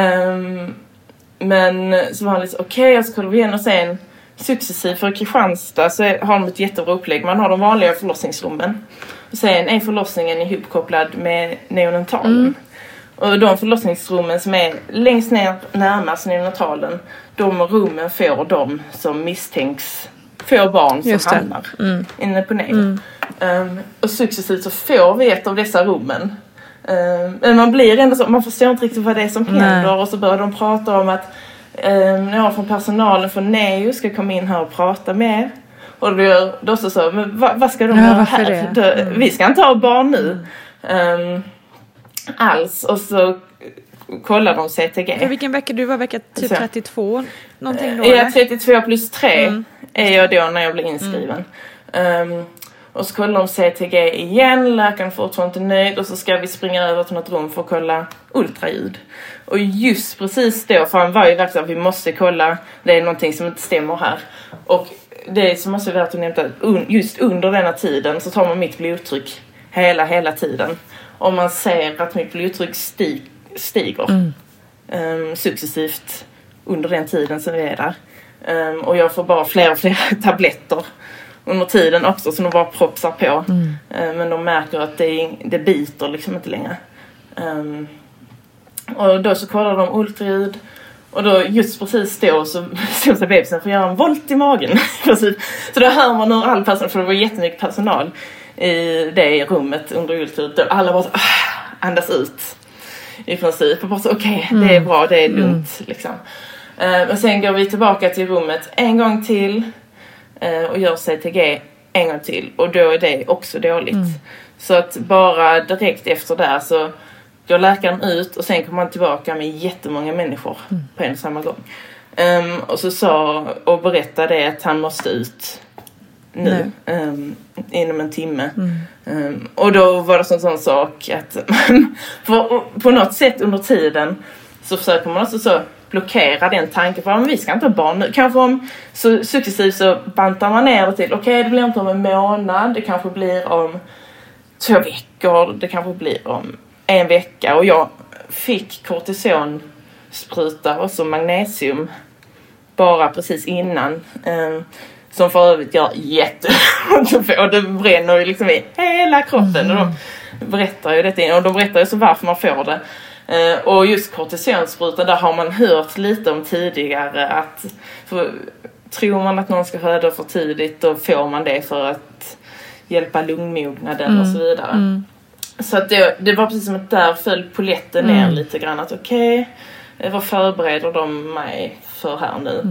men så var han liksom okej, så kollar vi igen och sen successivt för Kristianstad så har de ett jättebra upplägg. Man har de vanliga förlossningsrummen och sen är förlossningen ihopkopplad med neonatalen. Och de förlossningsrummen som är längst ner närmast neonatalen, de rummen får de som misstänks få barn som hamnar inne på neo. Och successivt så får vi ett av dessa rummen. Men man blir ändå så, man förstår inte riktigt vad det är som händer. Och så börjar de prata om att några från personalen från neo ska komma in här och prata med. Och då så men vad ska de göra här? Vi ska inte ha barn nu. Alls, och så kollar de CTG. Vilken vecka du var? Vecka typ 32 någonting då? Ja, 32 plus 3 är jag då när jag blir inskriven. Och så kollar de CTG igen, läkaren fortfarande inte nöjd, och så ska vi springa över till något rum för att kolla ultraljud. Och just precis då, för han var ju verkligen att vi måste kolla, det är någonting som inte stämmer här. Och det som måste värt att nämna, just under denna tiden så tar man mitt blodtryck hela tiden. Och man ser att mitt blodtryck stiger successivt under den tiden som vi är där. Och jag får bara fler och fler tabletter under tiden också, så de bara propsar på. Men de märker att det biter liksom inte längre. Och då så kollar de ultraljud Och då just precis då så stod sig bebisen för att göra en volt i magen. Så då hör man hur all personal, för det var jättemycket personal i det rummet under ultraljud. Och alla bara andas ut i princip. Och bara så okej, det är bra, det är lugnt liksom. Och sen går vi tillbaka till rummet en gång till och gör CTG en gång till. Och då är det också dåligt. Så att bara direkt efter där så går läkaren ut och sen kommer man tillbaka med jättemånga människor på en och samma gång. Och så berättade att han måste ut nu inom en timme. Och då var det en sån sak att på något sätt under tiden så försöker man också så blockera den tanken för att vi ska inte ha barn nu. Kanske så successivt så bantar man ner det till okej, det blir inte om en månad, det kanske blir om 2 veckor, det kanske blir om 1 vecka. Och jag fick kortisonspruta och så magnesium bara precis innan, som för övrigt gör jätteont att få. Det bränner ju liksom i hela kroppen. Och de berättar ju detta, och de berättar ju så varför man får det. Och just kortisonsprutan, där har man hört lite om tidigare att tror man att någon ska föda för tidigt, då får man det för att hjälpa lungmognaden och så vidare. Så att det var precis som att där föll polletten ner lite grann. Att okej, vad förbereder de mig för här nu?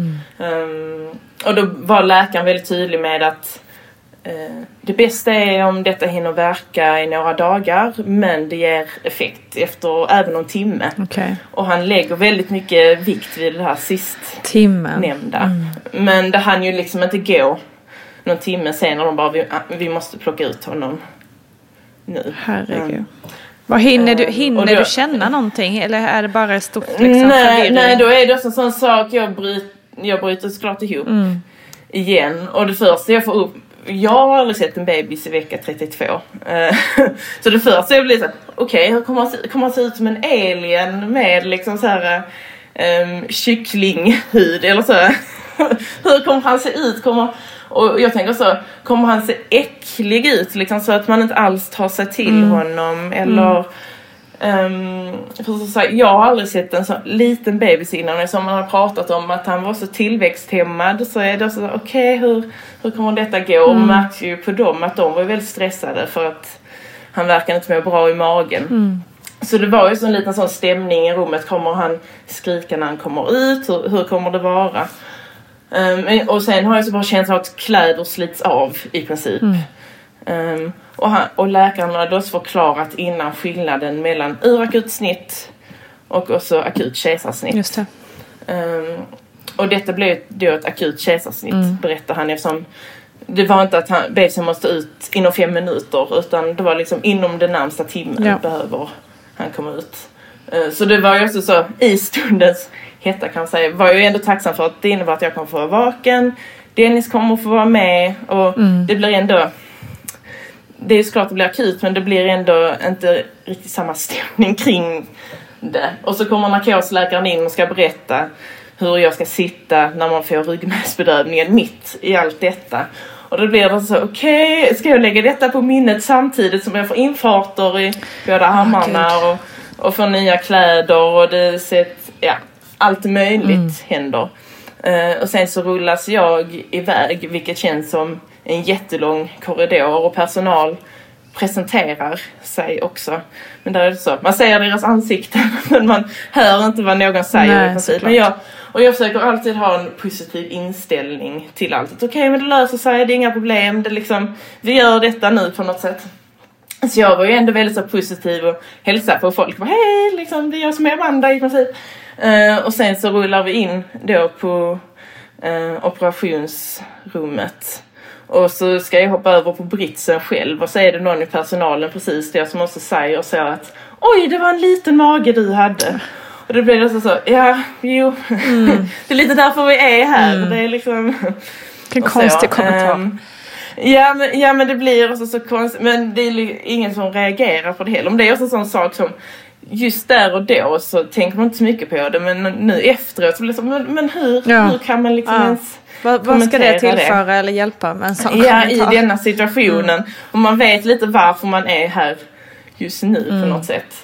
Och då var läkaren väldigt tydlig med att det bästa är om detta hinner verka i några dagar, men det ger effekt efter även någon timme. Och han lägger väldigt mycket vikt vid det här sistnämnda. Men det hann ju liksom inte gå någon timme sen när de bara vi måste plocka ut honom nu. Herregud. Vad hinner du känna någonting, eller är det bara stort liksom, nej, då är det också en sån sak. Jag bryter såklart ihop igen. Och det första jag får upp, jag har aldrig sett en bebis i vecka 32. Så det första jag blir så okej, hur kommer han se ut som en alien med liksom så här kycklinghud eller så? Hur kommer han se ut? Och jag tänker så, kommer han se äcklig ut liksom, så att man inte alls tar sig till honom? Eller för så säga, jag har aldrig sett en så liten bebis innan. Som man har pratat om att han var så tillväxthämmad, så är det så okej, hur kommer detta gå? Och märks ju på dem att de var väldigt stressade för att han verkar inte må bra i magen. Så det var ju så en liten sån stämning i rummet. Kommer han skrika när han kommer ut? Hur kommer det vara? Och sen har jag så bara känslan att kläder slits av i princip. Och läkaren har då förklarat innan skillnaden mellan urakut snitt och också akut kejsarsnitt. Just det. Och detta blev då ett akut kejsarsnitt, berättar han, eftersom det var inte att bebisen måste ut inom 5 minuter, utan det var liksom inom den närmsta timmen behöver han komma ut. Så det var ju också så i stundens hetta, kan man säga, var jag ju ändå tacksam för att det innebär att jag kommer få vara vaken. Dennis kommer få vara med, och det blir ändå, det är ju såklart att det blir akut, men det blir ändå inte riktigt samma stämning kring det. Och så kommer narkosläkaren in och ska berätta hur jag ska sitta när man får ryggmärgsbedövningen mitt i allt detta. Och då blir det så, okej, ska jag lägga detta på minnet samtidigt som jag får infarter i båda armarna och får nya kläder, och det sett, allt möjligt händer. Och sen så rullas jag iväg, vilket känns som en jättelång korridor, och personal presenterar sig också. Men där är det så, man ser deras ansikten men man hör inte vad någon säger. Nej, men jag försöker alltid ha en positiv inställning till allt. Okej, men det löser sig, det är inga problem, det liksom, vi gör detta nu på något sätt. Så jag var ju ändå väldigt så positiv och hälsade på folk. Hej, liksom, det är jag som är Amanda i princip. Och sen så rullar vi in då på operationsrummet. Och så ska jag hoppa över på britsen själv. Och så är det någon i personalen precis det som också säger och säger att oj, det var en liten mage du hade. Och det blir alltså så, det är lite därför vi är här. Det är liksom en konstig kommentar. Ja, men det blir också så konstigt. Men det är ingen som reagerar på det heller. Men det är också en sån sak som just där och då så tänker man inte så mycket på det. Men nu efteråt så blir det så, men hur kan man liksom ens vad ska det tillföra eller hjälpa med en sån kommentar? I denna situationen. Och man vet lite varför man är här just nu på något sätt.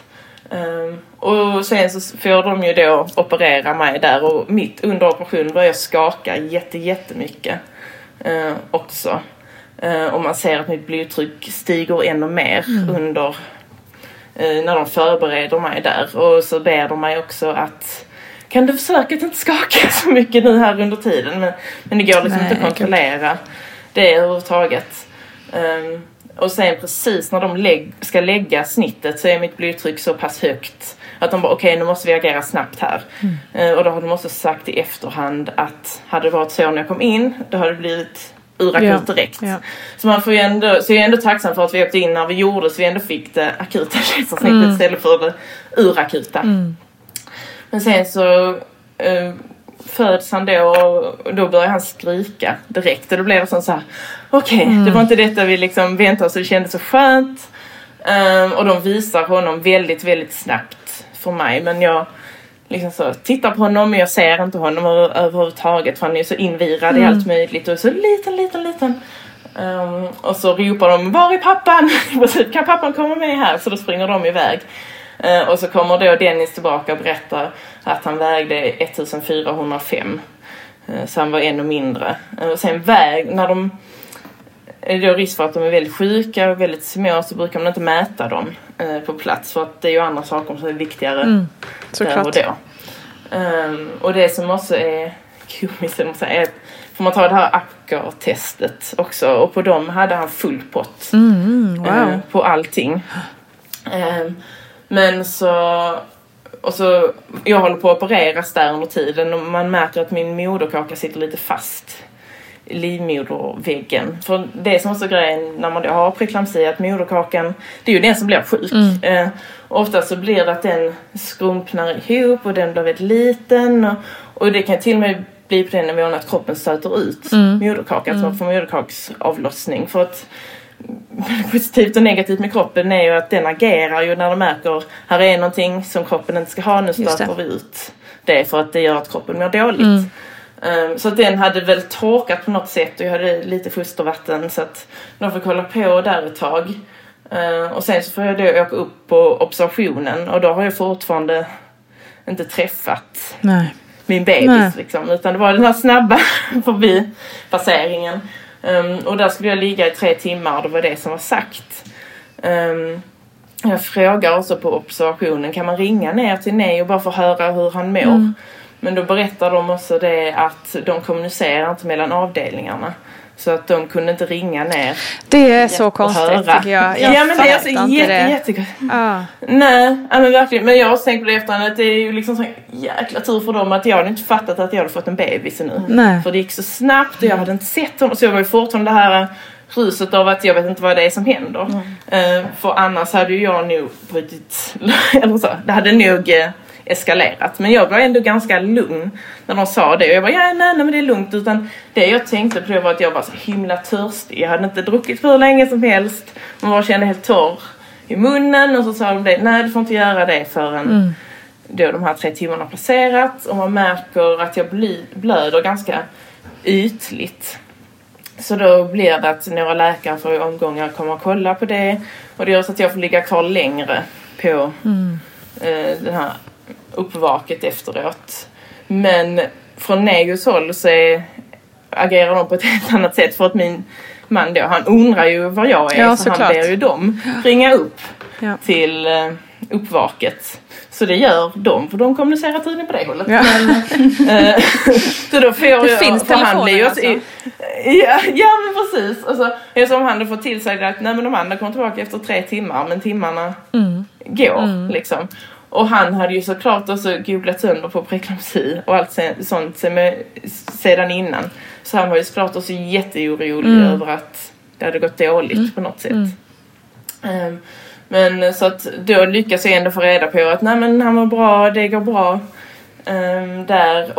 Och sen så får de ju då operera mig där, och mitt under operationen börjar jag skaka jättemycket också. Och man ser att mitt blodtryck stiger ännu mer under när de förbereder mig där. Och så ber de mig också att kan du försöka att inte skaka så mycket nu här under tiden, men det går liksom inte att kontrollera det överhuvudtaget. Och sen precis när de ska lägga snittet så är mitt blodtryck så pass högt att de bara okej, nu måste vi agera snabbt här. Och då har de också sagt i efterhand att hade det varit så när jag kom in, då hade det blivit urakut direkt. Ja. Så man får ju ändå, så jag är ändå tacksam för att vi åkte in när vi gjorde, så vi ändå fick det akuta kejsarsnittet istället för det urakuta. Men sen så föds han då, och då börjar han skrika direkt, och då blev det så här okej, det var inte detta vi liksom väntade oss, så det kändes så skönt. Och de visar honom väldigt, väldigt snabbt för mig, men jag liksom så tittar på honom, men jag ser inte honom överhuvudtaget, för han är så invirad i allt möjligt och så liten. Och så ropar de, var är pappan? Kan pappan komma med här? Så då springer de iväg. Och så kommer då Dennis tillbaka och berättar att han vägde 1405. Så han var ännu mindre. Och sen när de är det risk för att de är väldigt sjuka och väldigt små, så brukar man inte mäta dem på plats, för att det är ju andra saker som är viktigare där och då. Och det som också är komiskt är att får man ta det här Apgar-testet också, och på dem hade han full pott på allting. Men så jag håller på att opereras där under tiden, och man märker att min moderkaka sitter lite fast i livmoderväggen. För det som också grejen när man har preeklamsi, att moderkakan, det är ju den som blir sjuk. Ofta så blir det att den skrumpnar ihop och den blir väldigt liten, och det kan till och med bli på den nivån att kroppen stöter ut moderkakan, så man får moderkaksavlossning. För att positivt och negativt med kroppen är ju att den agerar ju när de märker här är någonting som kroppen inte ska ha, nu stöter vi ut det, för att det gör att kroppen mår dåligt. Så att den hade väl torkat på något sätt, och jag hade lite fostervatten, så att de får kolla på där ett tag. Och sen så får jag då åka upp på observationen, och då har jag fortfarande inte träffat min bebis liksom, utan det var den här snabba förbi passeringen. Och där skulle jag ligga i 3 timmar, och det var det som var sagt. Jag frågar också på observationen, kan man ringa ner till Neo och bara få höra hur han mår? Men då berättar de också det att de kommunicerar inte mellan avdelningarna. Så att de kunde inte ringa ner. Det är så konstigt tycker jag. Ja, men det är alltså jättegott. Nej, men verkligen. Men jag har tänkt på det efterhand att det är ju liksom så jäkla tur för dem att jag hade inte fattat att jag hade fått en bebis nu. Nej. För det gick så snabbt och jag hade inte sett dem. Så jag var ju fortfarande det här ruset av att jag vet inte vad det är som händer. För annars hade ju jag nog brutit, eller så. Det hade nog eskalerat. Men jag var ändå ganska lugn när de sa det. Och jag bara, nej men det är lugnt. Utan det jag tänkte på var att jag var så himla törstig. Jag hade inte druckit för länge som helst. Man bara kände helt torr i munnen. Och så sa de det, nej du får inte göra det förrän då de här 3 timmarna har passerat. Och man märker att jag blöder ganska ytligt. Så då blir det att några läkare för omgångar kommer att kolla på det. Och det gör så att jag får ligga kvar längre på den här uppvaket efteråt. Men från Neos håll så agerar de på ett helt annat sätt, för att min man då, han undrar ju var jag är, så han ber ju dem ringa upp till uppvaket. Så det gör de, för de kommunicerar tydligen på det hållet. Ja. Men, så då får jag finns telefoner alltså. Ja men precis. Och så eftersom han då får till sig att nej men de andra kommer tillbaka efter 3 timmar, men timmarna går liksom. Och han hade ju såklart också googlat sönder på preeklamsi och allt sånt sedan innan. Så han var ju såklart också jätteorolig över att det hade gått dåligt på något sätt. Men så att då lyckas jag ändå få reda på att nej men han var bra, det går bra där.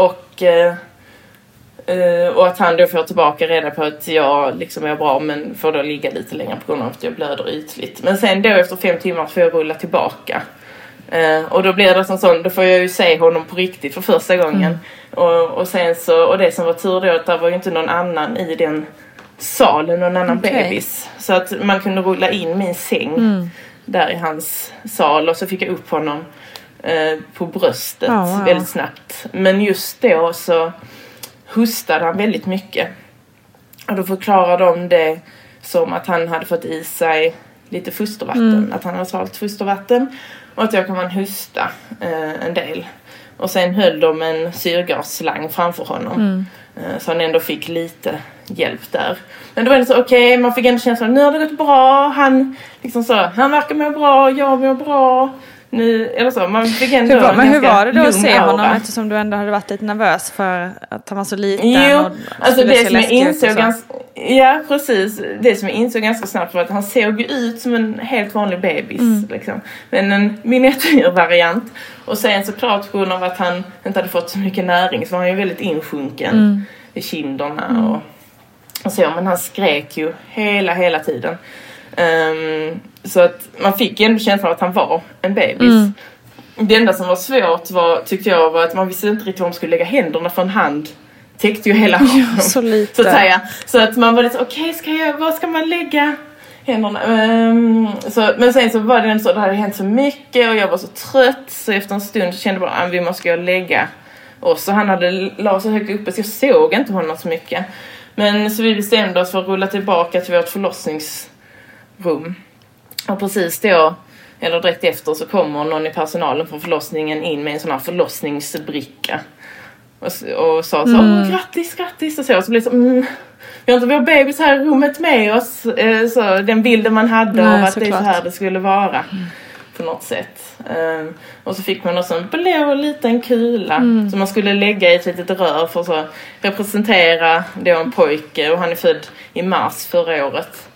Och att han då får tillbaka reda på att jag liksom är bra, men får då ligga lite längre på grund av att jag blöder ytligt. Men sen då efter 5 timmar får jag rulla tillbaka. Och då blir det som sån, då får jag ju se honom på riktigt för första gången. Och sen så, och det som var tur då, att det var ju inte någon annan i den salen, någon annan bebis. Så att man kunde rulla in min säng där i hans sal. Och så fick jag upp honom på bröstet väldigt snabbt. Men just då så hostade han väldigt mycket. Och då förklarade de det som att han hade fått i sig lite fostervatten. Att han hade svalt fostervatten. Och att jag kan man hosta en del. Och sen höll de en syrgasslang framför honom. Så han ändå fick lite hjälp där. Men det var så okej, man fick ändå känslan, nu har det gått bra. Han liksom så, han verkar må bra, jag mår bra. Nu, eller så, man fick ändå hur var det då att se honom eftersom du ändå hade varit lite nervös för att han var så liten? Jo, och alltså det som jag insåg ja, precis. Det som jag insåg ganska snabbt var att han såg ut som en helt vanlig bebis. Liksom. Men en miniatyrvariant. Och sen såklart på grund av att han inte hade fått så mycket näring så var han ju väldigt insjunken i kinderna. Och så, men han skrek ju hela tiden. Så att man fick ändå känslan att han var en bebis. Det enda som var svårt tyckte jag var att man visste inte riktigt var man skulle lägga händerna, för en hand täckte ju hela honom, så lite. Så att säga. Så att man var lite okej, var ska man lägga händerna? Men sen så var det ändå så, det hade hänt så mycket och jag var så trött, så efter en stund kände jag bara att vi måste lägga oss. Så han hade la så högt uppe så jag såg inte honom så mycket. Men så vi bestämde oss för att rulla tillbaka till vårt förlossningsrum. Och precis då, eller direkt efter, så kommer någon i personalen från förlossningen in med en sån här förlossningsbricka. Och sa så, grattis. Och så blev det så, vi har inte vår bebis här i rummet med oss. Så den bilden man hade av att det är så här det skulle vara. På något sätt. Och så fick man också en blå liten kula som man skulle lägga i ett litet rör för att representera då en pojke. Och han är född i mars förra året.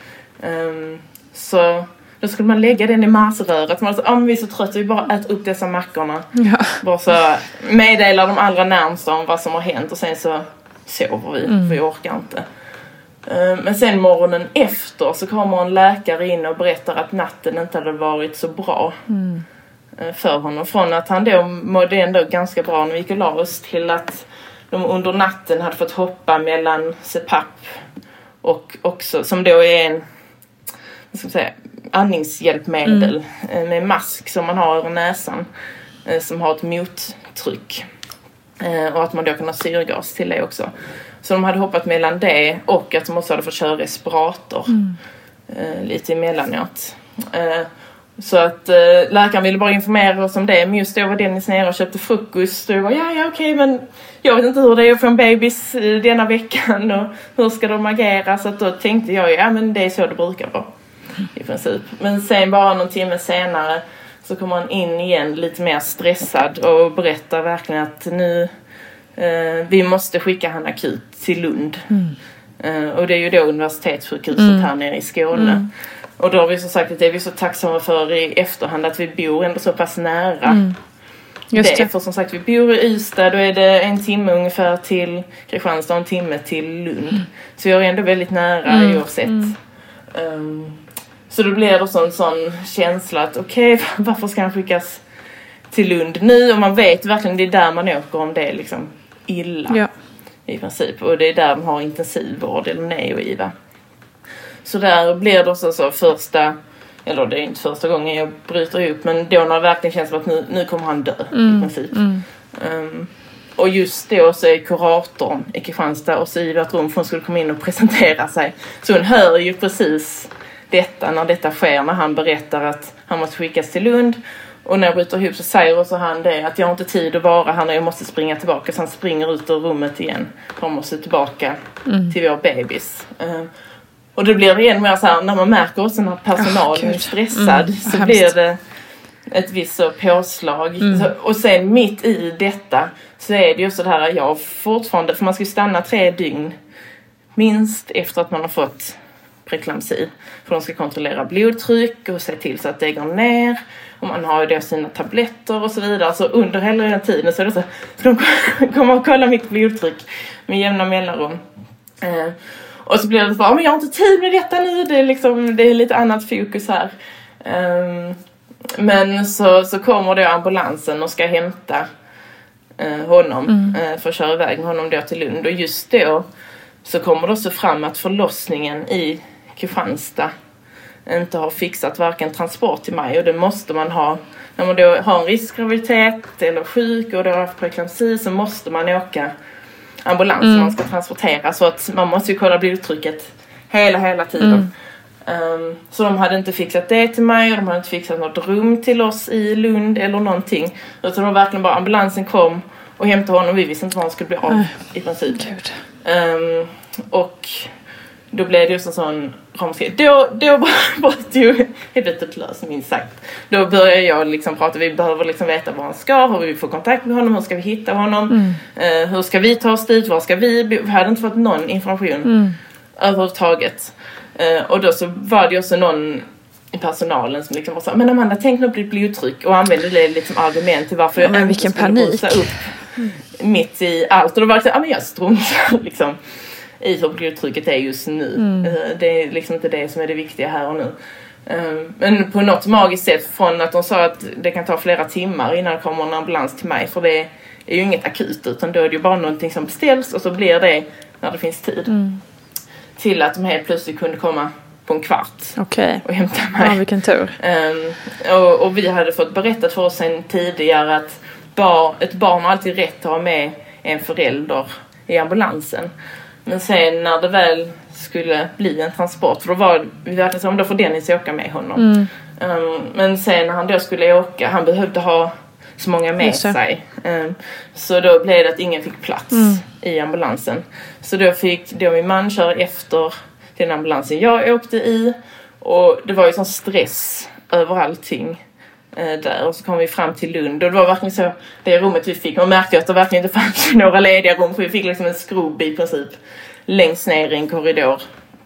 Så då skulle man lägga den i marsröret. Man sa, vi är så trötta, vi bara äter upp dessa mackorna. Ja. Bara så meddelar de allra närmsta om vad som har hänt. Och sen så sover vi, för vi orkar inte. Men sen morgonen efter så kommer en läkare in och berättar att natten inte hade varit så bra för honom. Från att han då mådde ändå ganska bra när vi gick och la oss, till att de under natten hade fått hoppa mellan CPAP och också, som då är en, vad ska man säga, andningshjälpmedel med mask som man har över näsan som har ett mottryck. Och att man då kan ha syrgas till det också. Så de hade hoppat mellan det och att de också hade fått köra respirator lite emellanåt. Så att läkaren ville bara informera oss om det. Men just då var Dennis nere och köpte frukost. Och jag var okej, men jag vet inte hur det är att få en bebis denna veckan. Och hur ska de agera? Så att då tänkte jag, men det är så det brukar vara. I princip. Men sen bara någon timme senare så kommer han in igen lite mer stressad och berättar verkligen att nu vi måste skicka han akut till Lund. Och det är ju då universitetssjukhuset här nere i Skåne. Och då har vi så sagt att det är vi så tacksamma för i efterhand att vi bor ändå så pass nära. Just det. För som sagt, vi bor i Ystad, då är det 1 timme ungefär till Kristianstad och 1 timme till Lund. Så vi är ändå väldigt nära oavsett. Så då blir det en sån känsla att okej, varför ska han skickas till Lund nu? Och man vet verkligen det är där man åker om det är liksom illa i princip. Och det är där de har intensivvård eller neo-IVA. Så där blir det också så första, eller det är inte första gången jag bryter ihop, men då när det verkligen känns som att nu kommer han dö i princip. Och just då så är kuratorn i Kristianstad och så i vårt rum för hon skulle komma in och presentera sig. Så hon hör ju precis detta när detta sker, när han berättar att han måste skickas till Lund. Och när jag bryter ihop så säger också han det, att jag har inte tid att vara här när jag måste springa tillbaka. Så han springer ut ur rummet igen. Han måste tillbaka till vår bebis. Och det blir igen mer så här, när man märker också när personalen är stressad så blir det ett visst så påslag. Och sen mitt i detta så är det ju så här, jag fortfarande, för man ska ju stanna 3 dygn minst efter att man har fått preeklamsi. För de ska kontrollera blodtryck och se till så att det går ner. Och man har ju då sina tabletter och så vidare. Så under hela den tiden så är det så de kommer att kolla mitt blodtryck med jämna mellanrum. Och så blir det så, men jag har inte tid med detta nu. Det är lite annat fokus här. Men så kommer då ambulansen och ska hämta honom. För att köra iväg honom då till Lund. Och just då så kommer det också fram att förlossningen i Kristianstad inte har fixat varken transport till mig, och det måste man ha. När man då har en riskgraviditet eller sjuk och då har haft preeklamsi, så måste man åka ambulans om man ska transportera. Så att man måste ju kolla blodtrycket hela tiden. Så de hade inte fixat det till mig, och de hade inte fixat något rum till oss i Lund eller någonting. Utan det var verkligen bara ambulansen kom och hämtade honom. Vi visste inte vad han skulle bli av i princip. Och då blev det just en sån romskrig. Då var det ju helt utlöst, minst sagt. Då började jag liksom prata, vi behöver liksom veta var han ska, hur vi får kontakt med honom, hur ska vi hitta honom, hur ska vi ta oss dit, var ska vi hade inte fått någon information överhuvudtaget. Och då så var det också någon i personalen som liksom var så, men Amanda, tänk nog på ditt blodtryck, och använde det liksom argument till varför jag inte skulle bussa upp mitt i allt. Och då var det så, men jag struntar liksom i hur blodtrycket är just nu. Det är liksom inte det som är det viktiga här och nu. Men på något magiskt sätt, från att de sa att det kan ta flera timmar innan det kommer en ambulans till mig, för det är ju inget akut, utan då är det ju bara någonting som beställs och så blir det när det finns tid. Till att de helt plötsligt kunde komma på en kvart och hämta mig. Ja, vilken tur. Och vi hade fått berättat för oss sen tidigare att ett barn har alltid rätt att ha med en förälder i ambulansen. Men sen när det väl skulle bli en transport, för då var vi verkligen så, om då får Dennis åka med honom. Men sen när han då skulle åka, han behövde ha så många med sig. Så då blev det att ingen fick plats i ambulansen. Så då fick min man köra efter den ambulansen jag åkte i. Och det var ju sån stress över allting där. Och så kom vi fram till Lund. Och det var verkligen så, det rummet vi fick. Man märkte att det verkligen inte fanns några lediga rum. För vi fick liksom en skrubb i princip längst ner i en korridor.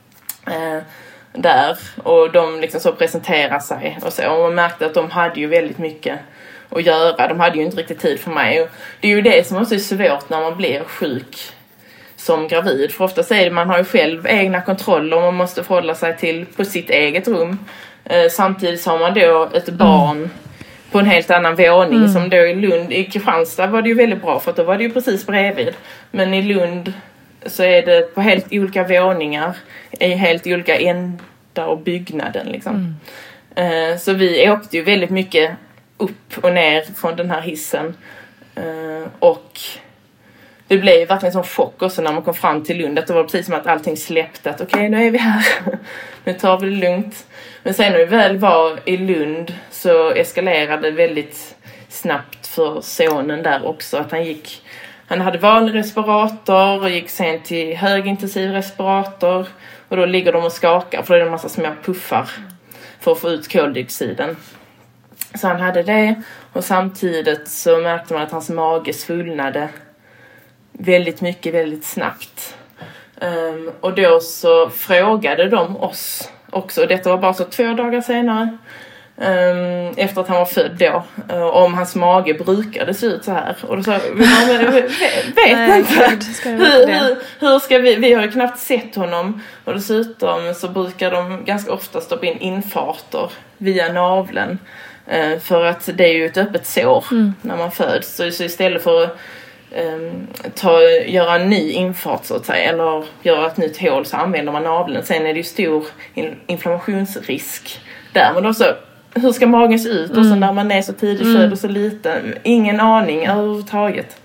Där. Och de liksom så presenterade sig. Och man märkte att de hade ju väldigt mycket att göra. De hade ju inte riktigt tid för mig. Och det är ju det som också är svårt när man blir sjuk som gravid. För ofta säger man har ju själv egna kontroller och man måste förhålla sig till på sitt eget rum. Samtidigt så har man då ett barn på en helt annan våning. Som då i Lund. I Kristianstad var det ju väldigt bra, för att då var det ju precis bredvid. Men i Lund så är det på helt olika våningar, i helt olika ändar och byggnaden liksom. Så vi åkte ju väldigt mycket upp och ner från den här hissen. Och det blev verkligen en sån chock också när man kom fram till Lund. Att det var precis som att allting släppte. Att okej, nu är vi här. Nu tar vi det lugnt. Men sen när vi väl var i Lund så eskalerade det väldigt snabbt för sonen där också. Att han hade vanlig respirator och gick sen till högintensiv respirator. Och då ligger de och skakar, för det är en massa små puffar för att få ut koldioxiden. Så han hade det, och samtidigt så märkte man att hans mage svullnade väldigt mycket, väldigt snabbt. Och då så frågade de oss också, och detta var bara så 2 dagar senare, efter att han var född då, om hans mage brukade se ut så här. Och då sa jag, vet inte. Hur ska vi har ju knappt sett honom, och dessutom så brukar de ganska ofta stoppa in infarter via naveln. För att det är ju ett öppet sår när man föds. Så istället för att göra en ny infart så att säga, eller göra ett nytt hål, så använder man naveln. Sen är det ju stor inflammationsrisk där. Men då så, hur ska magen se ut? Och så när man är så tidigt född och så liten. Ingen aning överhuvudtaget.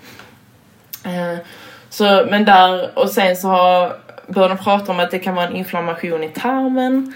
Men där, och sen så började de prata om att det kan vara en inflammation i tarmen.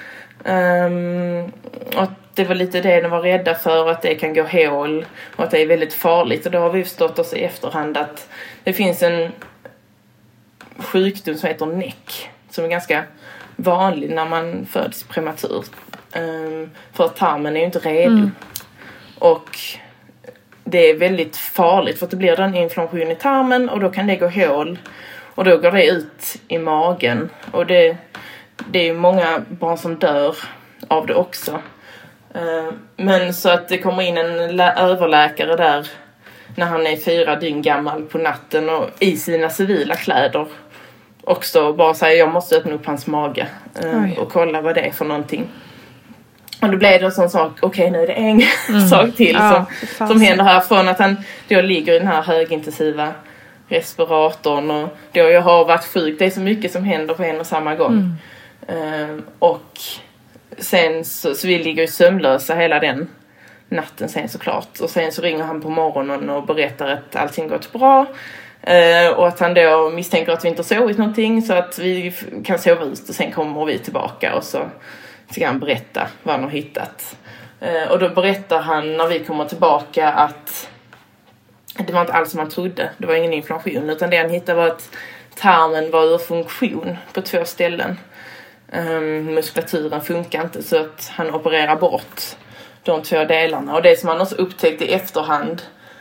Och det var lite det de var rädda för, att det kan gå hål och att det är väldigt farligt. Och då har vi förstått oss i efterhand att det finns en sjukdom som heter NEC, som är ganska vanlig när man föds prematurt. För att tarmen är ju inte redo. Och det är väldigt farligt, för att det blir en inflammation i tarmen och då kan det gå hål. Och då går det ut i magen. Och det är ju många barn som dör av det också. Men så att det kommer in en överläkare där när han är 4 dygn gammal på natten och i sina civila kläder också bara säger, jag måste öppna upp hans mage och kolla vad det är för någonting. Och då blev det en sån sak, okej, nu är det en sak till som händer här, från att han då ligger i den här högintensiva respiratorn och då jag har varit sjuk. Det är så mycket som händer på en och samma gång. Och sen så vi ligger ju sömnlösa hela den natten sen såklart. Och sen så ringer han på morgonen och berättar att allting gått bra. Och att han då misstänker att vi inte har sovit någonting så att vi kan sova ut och sen kommer vi tillbaka och så ska han berätta vad han har hittat. Och då berättar han när vi kommer tillbaka att det var inte alls som man trodde. Det var ingen inflammation utan det han hittade var att tarmen var ur funktion på 2 ställen. Muskulaturen funkar inte så att han opererar bort de 2 delarna. Och det som man också upptäckte i efterhand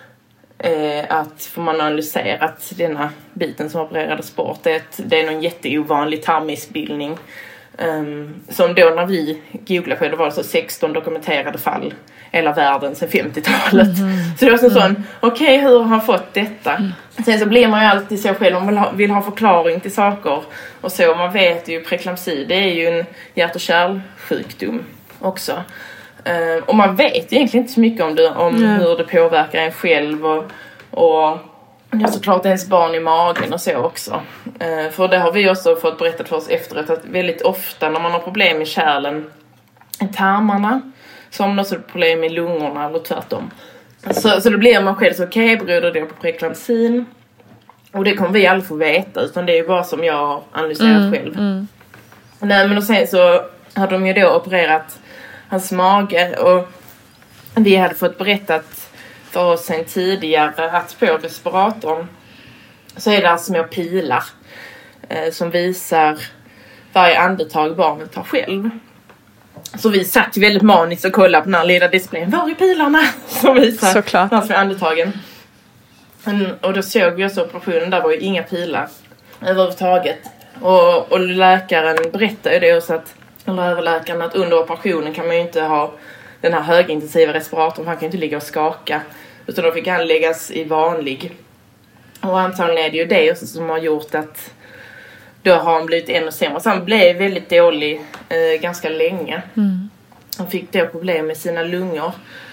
att för man har analyserat denna biten som opererades bort det är någon jätteovanlig tarmmissbildning som då när vi googlade själv var det så 16 dokumenterade fall i hela världen sedan 50-talet. Så det var sån okej, hur har han fått detta? Sen så blir man ju alltid så själv om man vill ha förklaring till saker och så. Man vet ju preeklampsi, det är ju en hjärt- och kärlsjukdom också. Och man vet egentligen inte så mycket om hur det påverkar en själv och det är såklart ens barn i magen och så också. För det har vi också fått berättat för oss efteråt att väldigt ofta när man har problem i kärlen i tarmarna så har man också problem i lungorna eller tvärtom. Så då blir man själv så okej, beror det på preeklampsin? Och det kommer vi aldrig få veta utan det är ju bara som jag har analyserat själv. Nej, men och sen så har de ju då opererat hans mage och vi hade fått berättat för oss sen tidigare att på respiratorn så är det små pilar som visar varje andetag barnet tar själv. Så vi satt väldigt maniskt och kollade på den här lilla displayen. Var är pilarna som visar de små andetagen? Och då såg vi också operationen, där var ju inga pilar överhuvudtaget. Och läkaren berättade ju det också eller överläkaren att under operationen kan man ju inte ha den här högintensiva respiratorn. Han kan ju inte ligga och skaka. Utan då fick han läggas i vanlig. Och antagligen är det ju det också som har gjort att då har han blivit ännu sämre. Så han blev väldigt dålig ganska länge. Han fick då problem med sina lungor.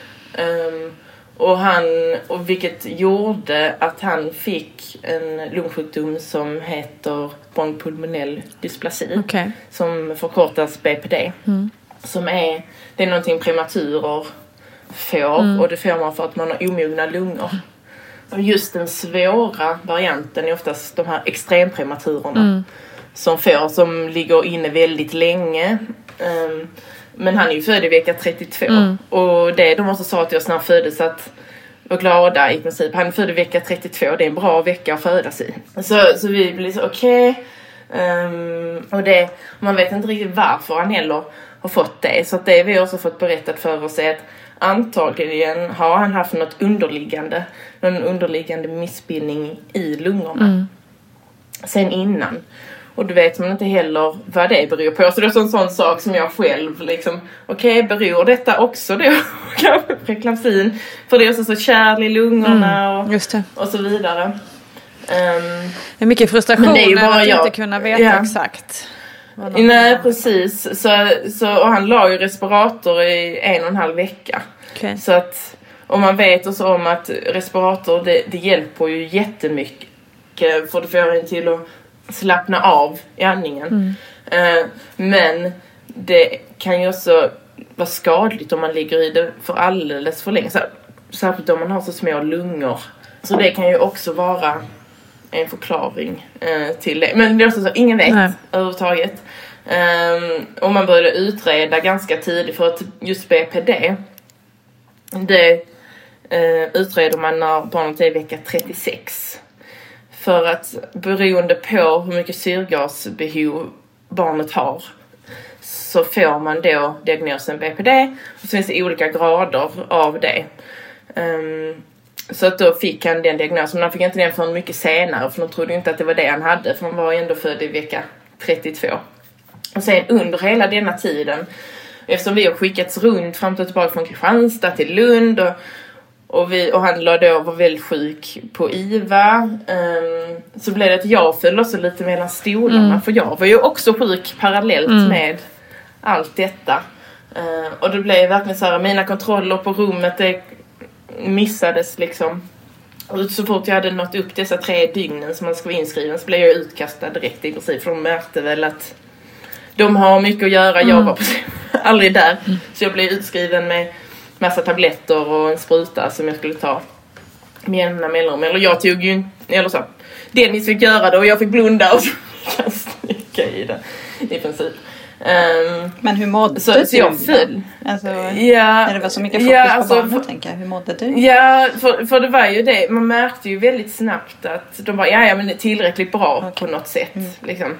Och vilket gjorde att han fick en lungsjukdom som heter bronchopulmonell dysplasi. Som förkortas BPD. Det är någonting prematurer får och det får man för att man har omogna lungor. Och just den svåra varianten är oftast de här extremprematurerna som ligger inne väldigt länge. Men han är ju född i vecka 32 och det de också sa till oss när han föddes att var glada i princip. Han är född i vecka 32, det är en bra vecka att födas i. Så vi blir så okej. Och man vet inte riktigt varför han heller har fått det. Så att det vi också fått berättat för oss är att antagligen har han haft någon underliggande missbildning i lungorna. Sen innan. Och då vet man inte heller vad det beror på. Så det är en sån sak som jag själv liksom, okej, beror detta också då kanske preeklampsin? För det är också så kärl i lungorna och så vidare. Det är mycket frustration men det är ju bara att inte kunna veta exakt. Nej, precis. Så, och han la ju respirator i 1,5 vecka. Så att, och man vet också om att respirator, det hjälper ju jättemycket. För det får en till att slappna av i andningen. Men det kan ju också vara skadligt om man ligger i det för alldeles för länge. Särskilt om man har så små lungor. Så det kan ju också vara en förklaring till det. Men det är också så ingen vet överhuvudtaget. Och man började utreda ganska tidigt för att just BPD det utreder man när barnet är i vecka 36. För att beroende på hur mycket syrgasbehov barnet har så får man då diagnosen BPD. Och så finns det olika grader av det. Så att då fick han den diagnosen. Men han fick inte den förrän mycket senare. För de trodde inte att det var det han hade. För han var ändå född i vecka 32. Och sen under hela denna tiden. Eftersom vi har skickats runt fram och tillbaka från Kristianstad till Lund. Och han var väldigt sjuk på IVA. Så blev det att jag föll också lite mellan stolarna. För jag var ju också sjuk parallellt med allt detta. Och det blev verkligen så här. Mina kontroller på rummet det missades liksom. Och så fort jag hade nått upp dessa 3 dygnen som man ska vara inskriven så blev jag utkastad direkt i princip. För de märkte väl att de har mycket att göra. Jag var aldrig där. Så jag blev utskriven med massa tabletter och en spruta som jag skulle ta med jämna mellanrum. Eller jag tog ju, eller så. Dennis fick göra det och jag fick blunda och så kan snicka i det. I princip. Men hur mådde du? Så jag föll. Alltså, när det var så mycket fokus på barnet, tänker jag. Hur mådde du? Ja, för det var ju det. Man märkte ju väldigt snabbt att de var, men det är tillräckligt bra på något sätt. Liksom.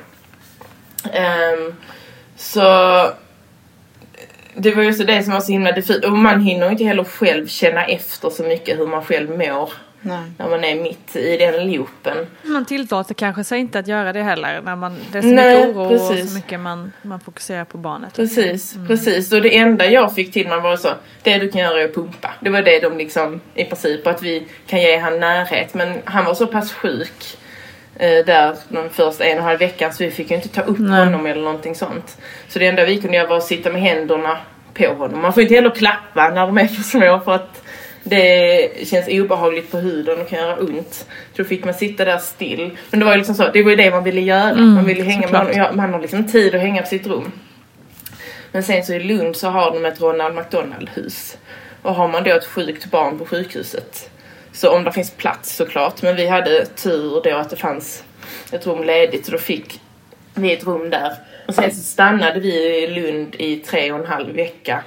Så det var ju så det som var så himla diffust. Och man hinner inte heller själv känna efter så mycket hur man själv mår. Nej. När man är mitt i den loopen. Man tillåter kanske sig inte att göra det heller. När det är så mycket oro och så mycket man fokuserar på barnet. Precis. Och det enda jag fick till mig var så, det du kan göra är att pumpa. Det var det de liksom, i princip, att vi kan ge han närhet. Men han var så pass sjuk där de första 1,5 veckan, så vi fick ju inte ta upp honom eller någonting sånt. Så det enda vi kunde göra var att sitta med händerna på honom. Man får inte heller klappa när de är för små, för att det känns obehagligt på huden och kan göra ont. Då fick man sitta där still. Men det var ju liksom så, det var ju det man ville göra. Man ville hänga med honom. Man har liksom tid att hänga på sitt rum. Men sen så i Lund så har de ett Ronald McDonald-hus. Och har man då ett sjukt barn på sjukhuset, så om det finns plats såklart. Men vi hade tur då att det fanns ett rum ledigt, så då fick vi ett rum där. Och sen så stannade vi i Lund i 3,5 vecka.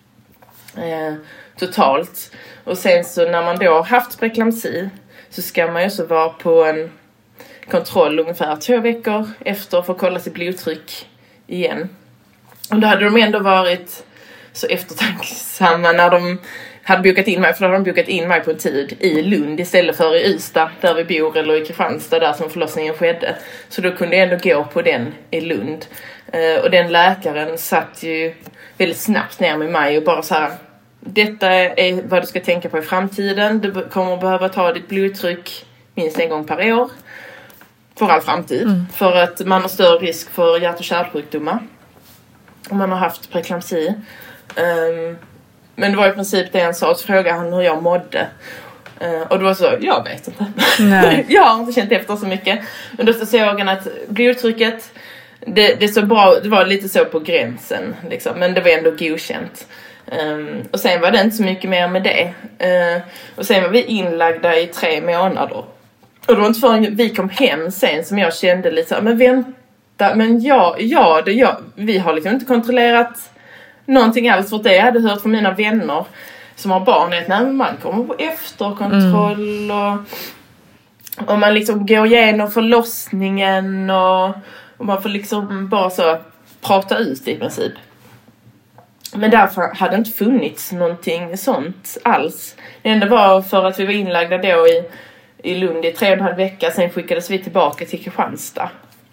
Totalt. Och sen så när man då har haft preeklamsi, så ska man ju så vara på en kontroll ungefär 2 veckor efter för att kolla sitt blodtryck igen. Och då hade de ändå varit så eftertanksamma när de hade bokat in mig, för då hade de bokat in mig på en tid i Lund istället för i Ystad där vi bor, eller i Kristianstad där som förlossningen skedde. Så då kunde jag ändå gå på den i Lund. Och den läkaren satt ju väldigt snabbt ner med mig och bara så här: detta är vad du ska tänka på i framtiden. Du kommer att behöva ta ditt blodtryck minst 1 gång per år för all framtid. För att man har större risk för hjärt- och kärlsjukdomar om man har haft preeklamsi. Men det var i princip det han sa. Så frågade han hur jag mådde. Och det var så, jag vet inte. Nej. Jag har inte känt efter så mycket. Men då såg han att blodtrycket, det så bra, det var lite så på gränsen liksom, men det var ändå godkänt. Och sen var det inte så mycket mer med det. Och sen var vi inlagda i 3 månader. Och det var inte förrän vi kom hem sen som jag kände lite så, men vänta, men vi har liksom inte kontrollerat någonting alls. För det jag hade hört från mina vänner som har barn är att när man kommer på efterkontroll och man liksom går igenom förlossningen och man får liksom bara så prata ut i princip. Men därför hade det inte funnits någonting sånt alls. Det enda var för att vi var inlagda då i Lund i 3,5 vecka. Sen skickades vi tillbaka till Kristianstad.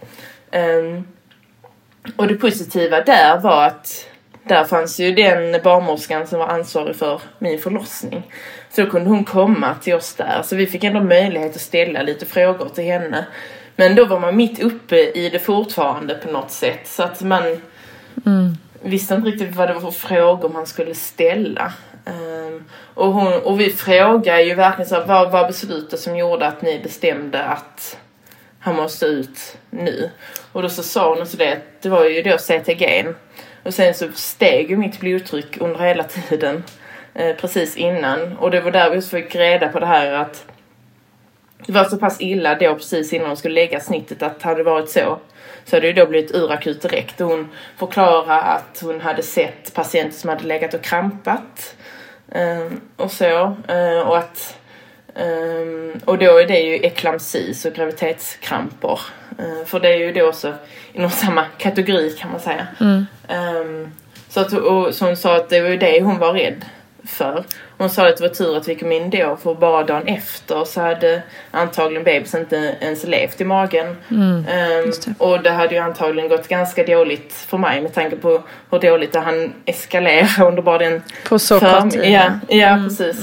Och det positiva där var att där fanns ju den barnmorskan som var ansvarig för min förlossning. Så då kunde hon komma till oss där. Så vi fick ändå möjlighet att ställa lite frågor till henne. Men då var man mitt uppe i det fortfarande på något sätt. Så att man visste inte riktigt vad det var för frågor man skulle ställa. Och vi frågade ju verkligen så, vad var beslutet som gjorde att ni bestämde att han måste ut nu? Och då så sa hon så det var ju då CTG:n. Och sen så steg ju mitt blodtryck under hela tiden. Precis innan. Och det var där vi fick reda på det här att det var så pass illa då precis innan de skulle lägga snittet att hade det varit så hade det då blivit urakut direkt. Och hon förklarade att hon hade sett patienter som hade legat och krampat. Och så. Och att och då är det ju eklamsi, så graviditetskramper. För det är ju då så inom samma kategori kan man säga. Så hon sa att det var ju det hon var rädd för. Hon sa att det var tur att vi kom in då, för bara dagen efter så hade antagligen bebisen inte ens levt i magen. Och det hade ju antagligen gått ganska dåligt för mig med tanke på hur dåligt det han eskalerade under bara den på så kort tid. Ja, precis.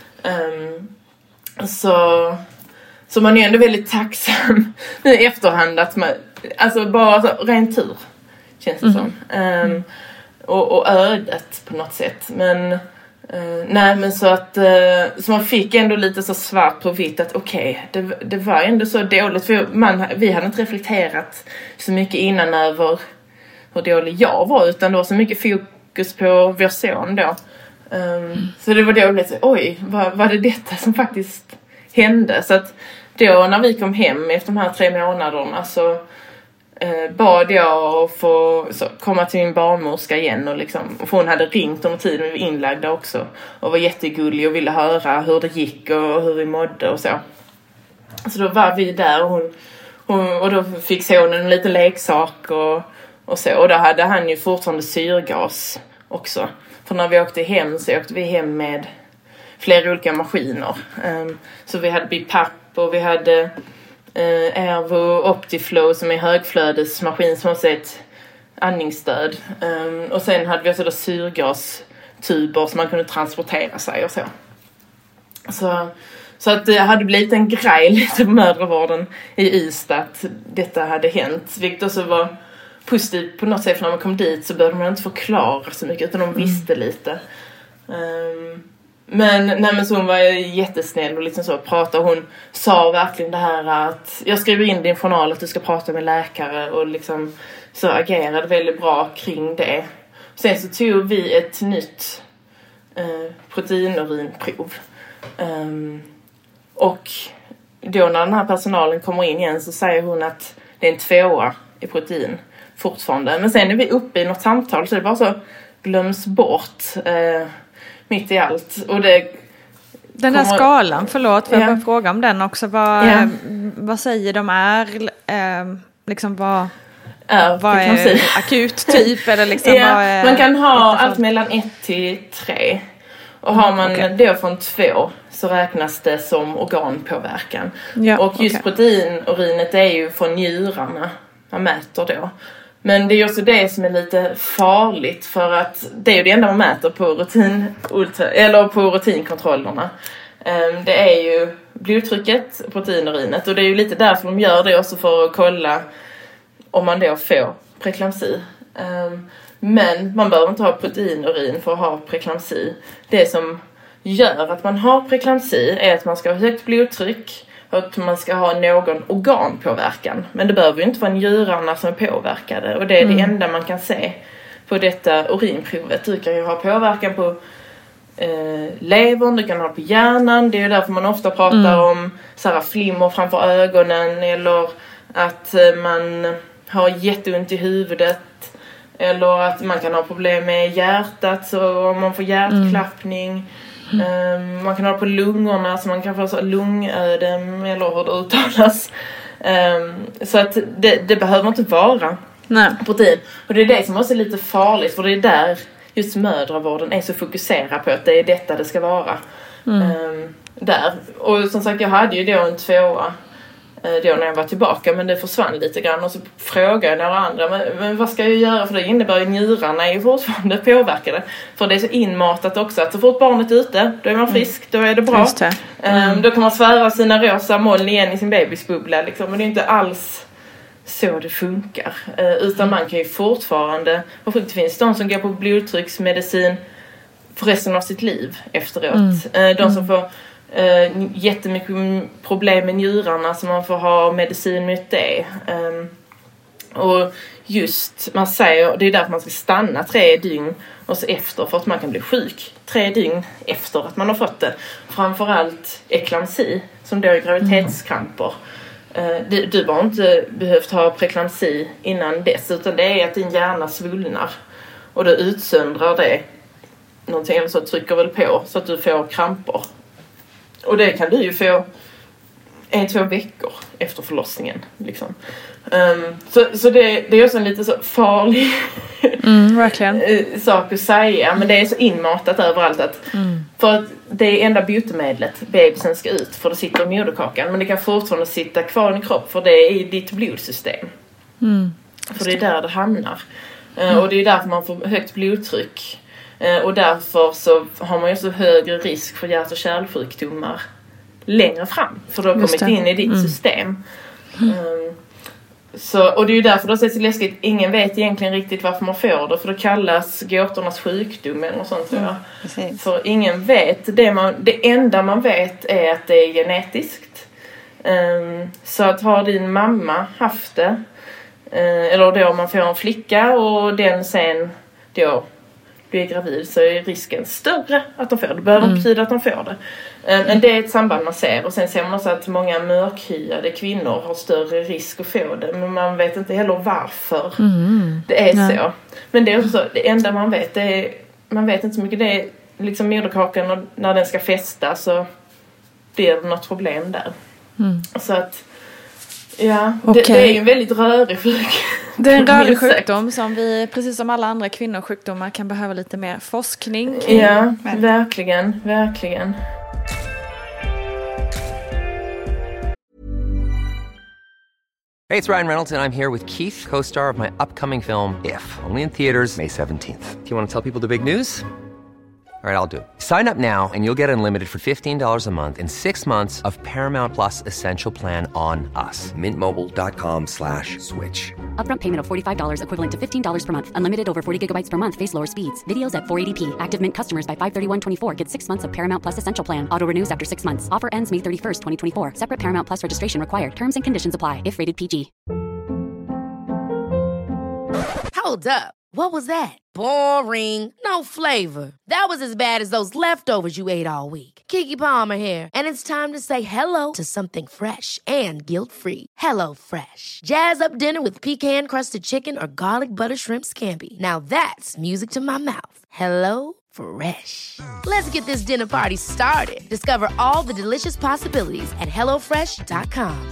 Så man är ändå väldigt tacksam nu i efterhand att man, alltså bara så, ren tur känns det som. Och ödet på något sätt. Men nej, men så att så man fick ändå lite så svart på vitt att okej, det var ändå så dåligt, för vi hade inte reflekterat så mycket innan över hur dålig jag var, utan det var så mycket fokus på vår son då. Så det var då jag blev så, oj, var det detta som faktiskt hände? Så att då när vi kom hem efter de här 3 månaderna så bad jag att få komma till min barnmorska igen och liksom, för hon hade ringt om tiden vi var inlagda också och var jättegullig och ville höra hur det gick och hur vi mådde och så. Så då var vi där och då fick sonen en liten leksak och så. Och då hade han ju fortfarande syrgas också. För när vi åkte hem så åkte vi hem med flera olika maskiner. Så vi hade BiPAP och vi hade Airvo Optiflow som är högflödesmaskin som har ett andningsstöd. Och sen hade vi också då syrgastuber som man kunde transportera sig och så. Så att det hade blivit en grej lite på mödravården i Ystad att detta hade hänt. Vilket också var positivt på något sätt, för när man kom dit så behövde man inte förklara så mycket utan de visste lite. Men så hon var jättesnäll och liksom så pratade. Hon sa verkligen det här att jag skriver in din journal att du ska prata med läkare och liksom så agerade väldigt bra kring det. Sen så tog vi ett nytt proteinurinprov. Och då när den här personalen kommer in igen så säger hon att det är en 2 i protein fortfarande. Men sen är vi uppe i något samtal så det bara så glöms bort mitt i allt. Och den där skalan, förlåt för jag bara fråga om den också. Vad säger de är? Liksom vad är akut typ? Eller liksom, vad är, man kan ha allt mellan 1 till 3. Och har man då från 2 så räknas det som organpåverkan. Och just proteinurinet är ju från njurarna man mäter då. Men det är också det som är lite farligt för att det är ju det enda man mäter på rutinkontrollerna. Det är ju blodtrycket, proteinurinet, och det är ju lite därför de gör det också för att kolla om man då får preeklamsi. Men man behöver inte ha proteinurin för att ha preeklamsi. Det som gör att man har preeklamsi är att man ska ha högt blodtryck och att man ska ha någon organpåverkan. Men det behöver ju inte vara njurarna som är påverkade. Och det är det enda man kan se på detta urinprovet. Du kan ju ha påverkan på levern, du kan ha på hjärnan. Det är ju därför man ofta pratar om så här flimmer framför ögonen. Eller att man har jätteont i huvudet. Eller att man kan ha problem med hjärtat, så om man får hjärtklappning. Man kan ha på lungorna, så man kan få så lungödem eller hur det uttalas. Så att det behöver inte vara protein. Och det är det som också är lite farligt, för det är där just mödravården är så fokuserad på att det är detta det ska vara. Där. Och som sagt, jag hade ju då en 2 då när jag var tillbaka, men det försvann lite grann. Och så frågade jag några andra, men vad ska jag göra? För det innebär ju njurarna är ju fortfarande påverkade. För det är så inmatat också att så fort barnet är ute, då är man frisk, då är det bra. Då kan man svära sina rosa moln igen i sin bebisbubbla liksom. Men det är inte alls så det funkar. Utan man kan ju fortfarande, och det finns de som går på blodtrycksmedicin för resten av sitt liv efteråt. De som får jättemycket problem med njurarna, så man får ha medicin mot det. Och just, man säger, det är därför man ska stanna 3 dygn och så efter, för att man kan bli sjuk 3 dygn efter att man har fått det. Framförallt eklamsi, som då är graviditetskramper. Du har inte behövt ha preeklamsi innan dess, utan det är att din hjärna svullnar och då utsöndrar det någonting, eller så trycker väl på så att du får kramper. Och det kan du ju få 1-2 veckor efter förlossningen. Liksom. Så det är också en lite så farlig sak att säga. Men det är så inmatat överallt att för att det är enda botemedlet bebisen ska ut, för det sitter i moderkakan. Men det kan fortfarande sitta kvar i din kropp, för det är i ditt blodsystem. För det är där det hamnar. Och det är därför man får högt blodtryck. Och därför så har man ju så högre risk för hjärt- och kärlsjukdomar längre fram. För du har kommit in i ditt system. Och det är ju därför det är så läskigt. Ingen vet egentligen riktigt varför man får det. För det kallas gåtornas sjukdom eller något sånt, tror jag. För ingen vet. Det enda man vet är att det är genetiskt. Så att har din mamma haft det, eller då man får en flicka och den sen då du är gravid så är risken större att de får det. Det behöver inte betyda att de får det. Men det är ett samband man ser. Och sen ser man också att många mörkhyade kvinnor har större risk att få det. Men man vet inte heller varför det är så. Men det är också det enda man vet. Man vet inte så mycket. Det är liksom moderkakan, och när den ska fästa så blir det något problem där. Så att ja, det är ju en väldigt rörig sjukdom. Det är en rörig sjukdom som vi, precis som alla andra kvinnosjukdomar, kan behöva lite mer forskning kring. Ja, verkligen, verkligen. Hey, it's Ryan Reynolds, and I'm here with Keith, co-star of my upcoming film, If, only in theaters May 17th. Do you want to tell people the big news? All right, I'll do it. Sign up now and you'll get unlimited for $15 a month and 6 months of Paramount Plus Essential Plan on us. MintMobile.com/switch. Upfront payment of $45 equivalent to $15 per month. Unlimited over 40 gigabytes per month. Face lower speeds. Videos at 480p. Active Mint customers by 531.24 get 6 months of Paramount Plus Essential Plan. Auto renews after 6 months. Offer ends May 31st, 2024. Separate Paramount Plus registration required. Terms and conditions apply if rated PG. Hold up. What was that? Boring. No flavor. That was as bad as those leftovers you ate all week. Keke Palmer here, and it's time to say hello to something fresh and guilt-free. Hello Fresh. Jazz up dinner with pecan-crusted chicken or garlic butter shrimp scampi. Now that's music to my mouth. Hello Fresh. Let's get this dinner party started. Discover all the delicious possibilities at hellofresh.com.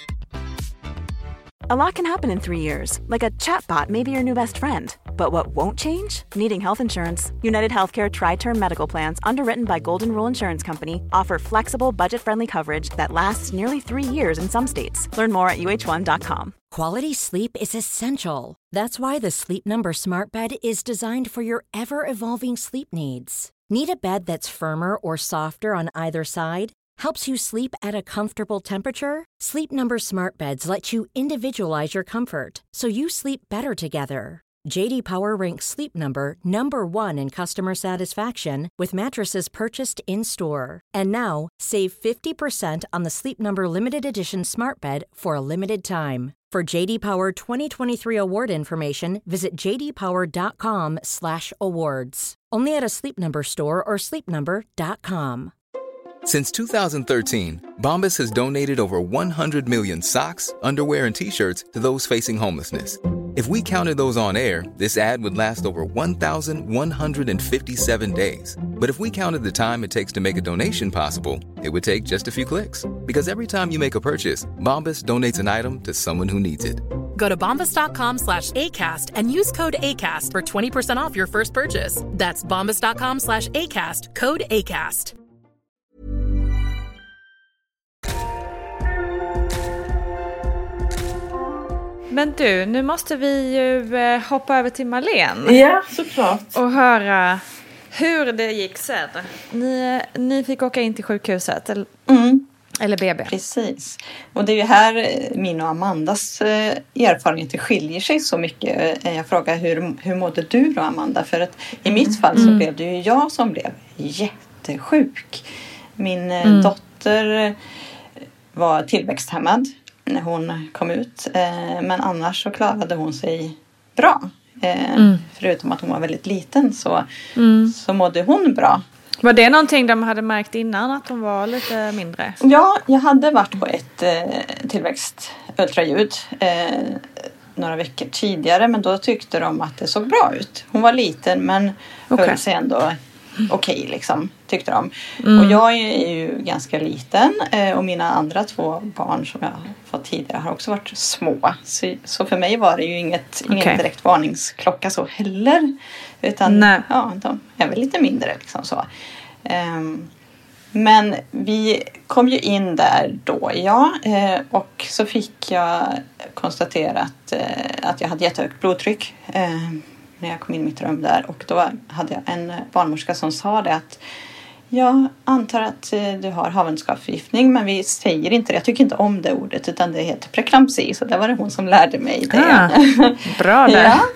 A lot can happen in 3 years, like a chatbot may be your new best friend. But what won't change? Needing health insurance. United Healthcare Tri-Term Medical Plans, underwritten by Golden Rule Insurance Company, offer flexible, budget-friendly coverage that lasts nearly 3 years in some states. Learn more at uh1.com. Quality sleep is essential. That's why the Sleep Number Smart Bed is designed for your ever-evolving sleep needs. Need a bed that's firmer or softer on either side? Helps you sleep at a comfortable temperature? Sleep Number Smart Beds let you individualize your comfort, so you sleep better together. J.D. Power ranks Sleep Number #1 in customer satisfaction with mattresses purchased in-store. And now, save 50% on the Sleep Number Limited Edition Smart Bed for a limited time. For J.D. Power 2023 award information, visit jdpower.com/awards. Only at a Sleep Number store or sleepnumber.com. Since 2013, Bombas has donated over 100 million socks, underwear, and T-shirts to those facing homelessness. If we counted those on air, this ad would last over 1,157 days. But if we counted the time it takes to make a donation possible, it would take just a few clicks. Because every time you make a purchase, Bombas donates an item to someone who needs it. Go to bombas.com/ACAST and use code ACAST for 20% off your first purchase. That's bombas.com/ACAST, code ACAST. Men du, nu måste vi ju hoppa över till Marlene. Ja, såklart. Och höra hur det gick sen. Ni fick åka in till sjukhuset, eller BB. Precis. Och det är ju här min och Amandas erfarenheter skiljer sig så mycket. Jag frågar hur mådde du då, Amanda? För att i mitt fall så blev det ju jag som blev jättesjuk. Min dotter var tillväxthämmad när hon kom ut. Men annars så klarade hon sig bra. Förutom att hon var väldigt liten så mådde hon bra. Var det någonting de hade märkt innan, att hon var lite mindre? Ja, jag hade varit på ett tillväxtultraljud några veckor tidigare. Men då tyckte de att det såg bra ut. Hon var liten men höll sig ändå okej, liksom, tyckte de. Och jag är ju ganska liten. Och mina andra 2 barn som jag fått tidigare har också varit små. Så för mig var det ju ingen direkt varningsklocka så heller. Utan ja, de är väl lite mindre liksom så. Men vi kom ju in där då, och så fick jag konstaterat att jag hade jättehögt blodtryck när jag kom in i mitt rum där. Och då hade jag en barnmorska som sa det att jag antar att du har havandeskapsförgiftning, men vi säger inte det. Jag tycker inte om det ordet, utan det heter preklampsi. Så det var det hon som lärde mig det. Bra där. Ja.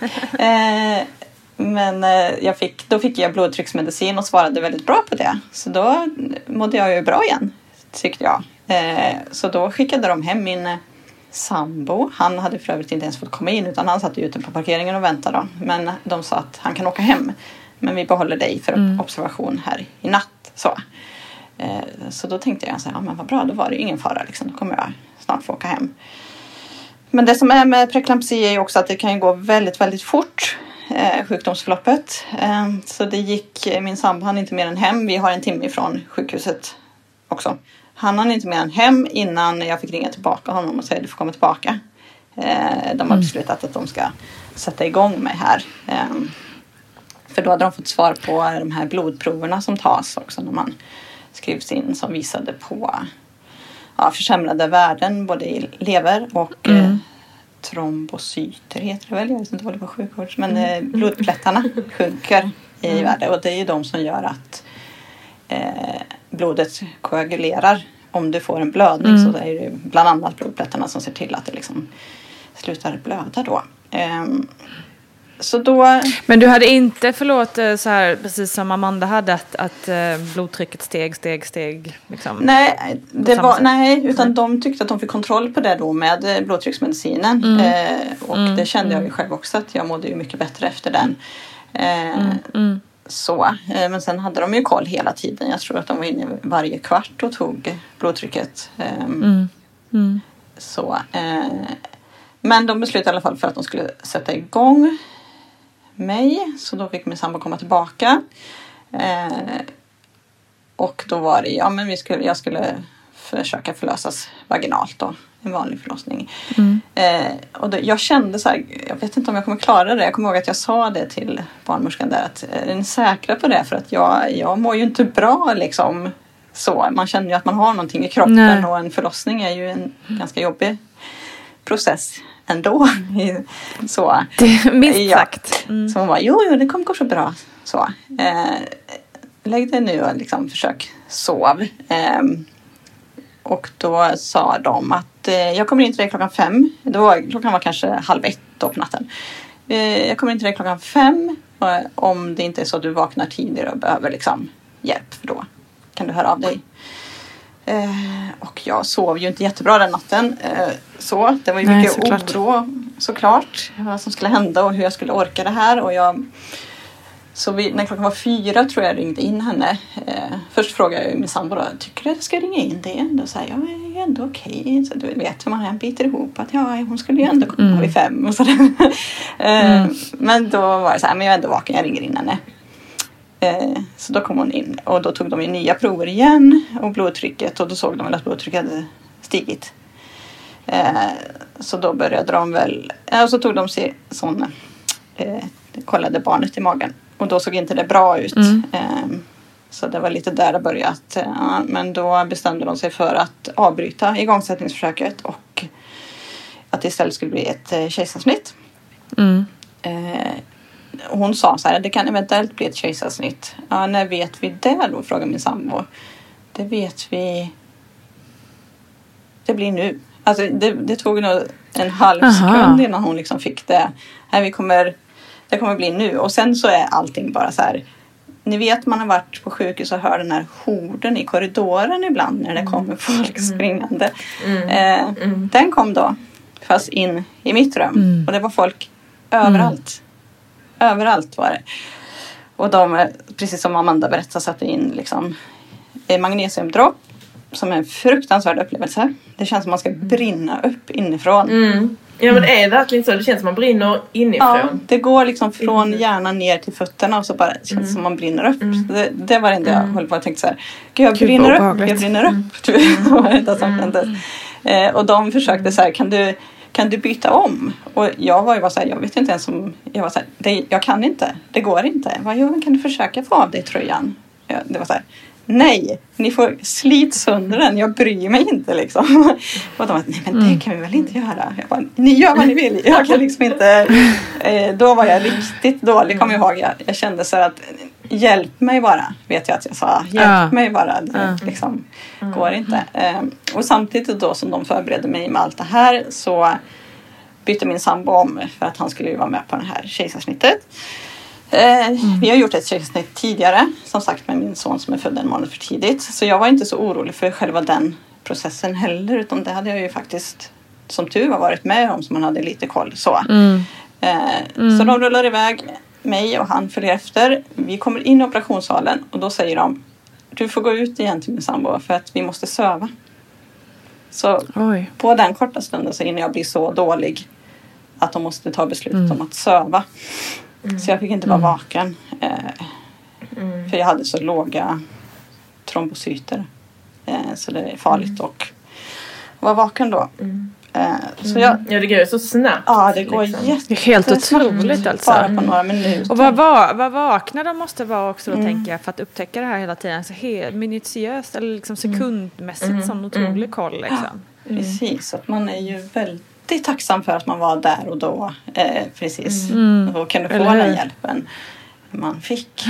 Men då fick jag blodtrycksmedicin och svarade väldigt bra på det. Så då mådde jag ju bra igen, tyckte jag. Så då skickade de hem min sambo. Han hade för övrigt inte ens fått komma in, utan han satt ute på parkeringen och väntade. Men de sa att han kan åka hem. men vi behåller dig för observation här i natt. Så då tänkte jag så här, ja men vad bra, då var det ingen fara liksom. Då kommer jag snart få åka hem. Men det som är med preeklampsi är ju också att det kan ju gå väldigt, väldigt fort, sjukdomsförloppet. Så det gick, min sambo hann inte mer än hem. Vi har en timme ifrån sjukhuset också. Han hann inte mer än hem innan jag fick ringa tillbaka honom och säga du får komma tillbaka. De har beslutat att de ska sätta igång mig här. För då hade de fått svar på de här blodproverna som tas också när man skrivs in, som visade på försämrade värden både i lever och trombocyter heter det väl. Jag vet inte vad det var sjukvård. Men blodplättarna sjunker i värde och det är ju de som gör att blodet koagulerar. Om du får en blödning så är det bland annat blodplättarna som ser till att det liksom slutar blöda då. Så då. Men du hade inte, så här precis som Amanda hade, att blodtrycket steg liksom, nej, utan de tyckte att de fick kontroll på det då med blodtrycksmedicinen. Och det kände jag ju själv också, att jag mådde ju mycket bättre efter den. Men sen hade de ju koll hela tiden. Jag tror att de var inne varje kvart och tog blodtrycket. Men de beslutade i alla fall för att de skulle sätta igång mig. Så då fick min sambo komma tillbaka. Och då var det, jag skulle försöka förlösas vaginalt då. En vanlig förlossning. Och då, jag kände så här, jag vet inte om jag kommer klara det. Jag kommer ihåg att jag sa det till barnmorskan där, att är ni säkra på det? För att jag mår ju inte bra liksom. Så man känner ju att man har någonting i kroppen. Nej. Och en förlossning är ju en ganska jobbig process ändå. Så. Minst sagt. Så hon var, jo det kommer gå så bra. Så. Lägg dig nu och liksom försök sov. Och då sa de att jag kommer in till dig 5:00. Klockan var kanske 1:30 på natten. Jag kommer in till dig 5:00. Om det inte är så att du vaknar tidigare och behöver liksom hjälp. För då kan du höra av dig. Och jag sov ju inte jättebra den natten. Så det var ju mycket oro såklart. Vad som skulle hända och hur jag skulle orka det här. Och när klockan var 4 tror jag ringde in henne. Först frågade jag min sambo då, tycker du att jag ska ringa in det? Då sa jag är ändå okej. Så du vet hur man biter ihop att hon skulle ju ändå komma vid 5 och sådär. Men då var det så här, men jag är ändå vaken, jag ringer in henne. Så då kom hon in och då tog de ju nya prover igen och blodtrycket, och då såg de väl att blodtrycket hade stigit. Så då började de väl, och så tog de sig kollade barnet i magen och då såg inte det bra ut. Så det var lite där det börjat. Men då bestämde de sig för att avbryta igångsättningsförsöket och att det istället skulle bli ett kejsarsnitt. Hon sa så här, det kan eventuellt bli ett kejsarsnitt. Ja, när vet vi det då? Frågade min sambo. Det vet vi. Det blir nu. Alltså det tog nog en halv sekund innan hon liksom fick det. Det kommer bli nu. Och sen så är allting bara så här. Ni vet, man har varit på sjukhus och hör den här horden i korridoren ibland när det kommer folk springande. Den kom då fast in i mitt rum. Och det var folk överallt. Överallt var det. Och de, precis som Amanda berättade, satte in liksom magnesiumdropp som är en fruktansvärd upplevelse. Det känns som man ska brinna upp inifrån. Ja, men det är verkligen så. Det känns som man brinner inifrån. Ja, det går liksom från hjärnan ner till fötterna och så bara känns som man brinner upp. Det var det enda jag höll på att tänka så här. Jag brinner upp. Och de försökte så här, kan du byta om? Och jag var ju så här, jag vet inte ens om, jag var så här, jag kan inte, det går inte. Kan du försöka få av dig tröjan? Det var så här, nej, ni får slit sönder den, jag bryr mig inte liksom. Och de var, nej men det kan vi väl inte göra. Jag bara, ni gör vad ni vill, jag kan liksom inte. Då var jag riktigt dålig, kommer jag ihåg. Jag kände så att, hjälp mig bara, vet jag att jag sa. Hjälp mig bara, det liksom går inte. Och samtidigt då som de förberedde mig med allt det här så bytte min sambo om för att han skulle ju vara med på det här kejsarsnittet. Vi har gjort ett kejsarsnitt tidigare, som sagt med min son som är född en månad för tidigt. Så jag var inte så orolig för själva den processen heller, utan det hade jag ju faktiskt som tur var varit med om, så man hade lite koll. Så de rullar iväg mig och han följer efter. Vi kommer in i operationssalen och då säger de, du får gå ut igen till min sambo för att vi måste söva. Så på den korta stunden så hinner jag bli så dålig att de måste ta beslut om att söva. Så jag fick inte vara vaken. För jag hade så låga trombocyter. Så det är farligt att vara vaken då. Så ja, det går så snabbt. Ja, det går Det är helt otroligt alltså. Bara på några minuter. Och vad vakna de måste vara också då, tänker jag, för att upptäcka det här hela tiden. Så helt minutiöst eller liksom sekundmässigt sån otrolig koll liksom. Precis, att man är ju väldigt tacksam för att man var där och då. Precis. Och kunde få den hjälpen man fick.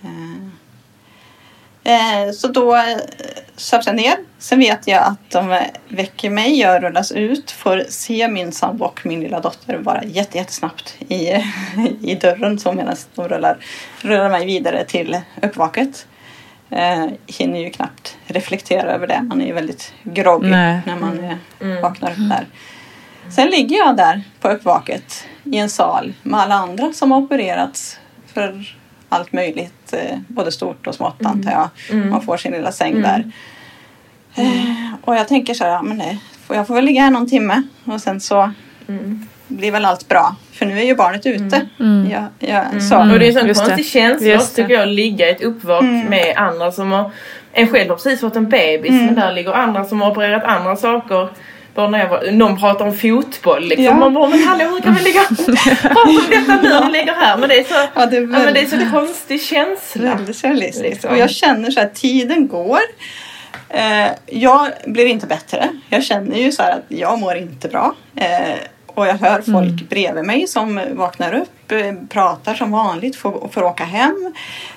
Så då söps jag ner. Sen vet jag att de väcker mig. Jag rullas ut. Får se min sambo och min lilla dotter bara jättesnabbt i dörren. Så medan de rullar mig vidare till uppvaket. Hinner ju knappt reflektera över det. Man är ju väldigt groggy när man vaknar upp där. Sen ligger jag där på uppvaket i en sal med alla andra som har opererats för allt möjligt, både stort och smått antar jag. Man får sin lilla säng där. Och jag tänker så här, men nej, jag får väl ligga här någon timme och sen så blir väl allt bra. För nu är ju barnet ute. Och det är en sån konstig känsla tycker jag, att ligga i ett uppvak med andra som har, en själv har precis fått en bebis, men där ligger andra som har opererat andra saker. Bara när någon pratar om fotboll liksom. Man bara, men hallå, hur kan vi prata om detta nu när vi ligger här? Men det är så, men det är så konstig känsla. Väldigt surrealistiskt. Liksom. Och jag känner så här, tiden går. Jag blir inte bättre. Jag känner ju så här att jag mår inte bra. Och jag hör folk bredvid mig som vaknar upp, pratar som vanligt, får åka hem.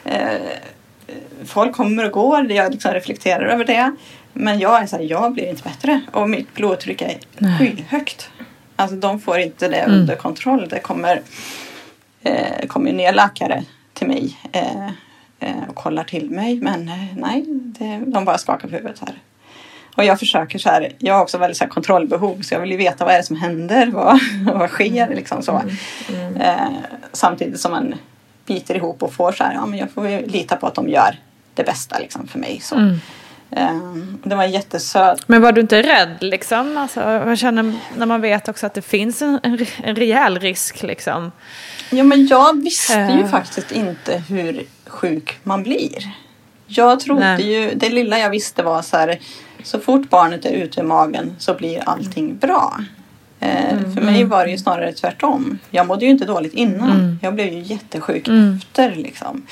Folk kommer och går. Jag liksom reflekterar över det. Men jag är så här, jag blir inte bättre. Och mitt blodtryck är skyhögt. Alltså de får inte det under kontroll. Det kommer ner läkare till mig och kollar till mig. Men nej, de bara skakar på huvudet här. Och jag försöker så här, jag har också väldigt så här kontrollbehov. Så jag vill ju veta vad är det som händer. Vad sker liksom så. Samtidigt som man biter ihop och får så här, ja men jag får ju lita på att de gör det bästa liksom för mig så. Det var jättesöt. Men var du inte rädd liksom? Alltså, jag känner när man vet också att det finns en rejäl risk liksom. Ja, men jag visste ju faktiskt inte hur sjuk man blir. Jag trodde ju, det lilla jag visste var så här, så fort barnet är ute i magen så blir allting bra. För mig var det ju snarare tvärtom. Jag mådde ju inte dåligt innan. Jag blev ju jättesjuk efter liksom.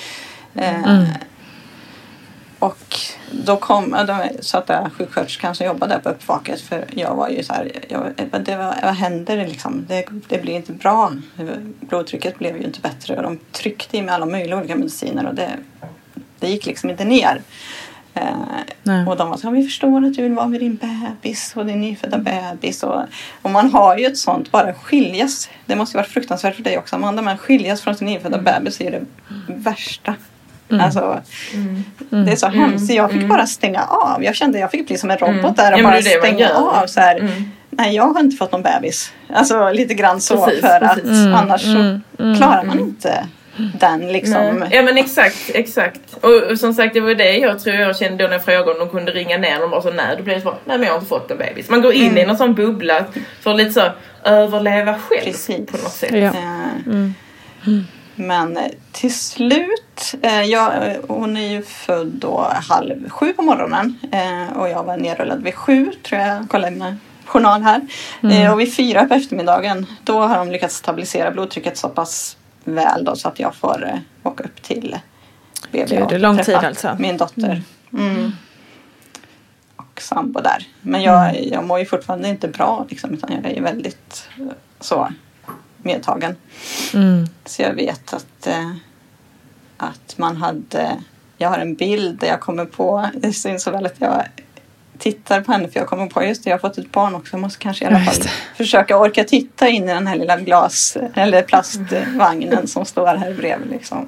Och då satt där sjuksköterskan som jobbade på uppvaket. För jag var ju så här, vad händer liksom? Det blir inte bra. Blodtrycket blev ju inte bättre. Och de tryckte i mig alla möjliga olika mediciner. Och det gick liksom inte ner. Och de var så här, vi förstår att du vill vara med din bebis och din nyfödda bebis. Och man har ju ett sånt, bara skiljas. Det måste ju vara fruktansvärt för dig också, Amanda. Man skiljas från sin nyfödda bebis är det värsta. Alltså, det är så hemskt. Jag fick bara stänga av. Jag kände jag fick bli som en robot där och bara stänga av. Så här, nej, jag har inte fått någon bebis. Alltså lite grann så. Precis. Att annars så klarar man inte den liksom. Nej. Ja men exakt. Och som sagt, det var det jag tror jag kände då när jag frågade om de kunde ringa ner. Och bara så, nej, då blev det så, nej men jag har inte fått en bebis. Man går in i en sån bubbla för lite så överleva själv. Precis. På något sätt. Ja. Men till slut, hon är ju född då 6:30 på morgonen. Och jag var nerrullad vid 7, tror jag kollade mina journal här. Och vid 4 på eftermiddagen, då har de lyckats stabilisera blodtrycket så pass väl då, så att jag får åka upp till BB och lång tid alltså. Min dotter. Och sambo där. Men jag mår ju fortfarande inte bra liksom, utan jag är ju väldigt så medtagen. Så jag vet att man hade, jag har en bild där jag kommer på, det syns så väl att jag tittar på henne, för jag kommer på just det, jag har fått ett barn också, jag måste kanske i alla fall försöka orka titta in i den här lilla eller plastvagnen som står här bredvid liksom.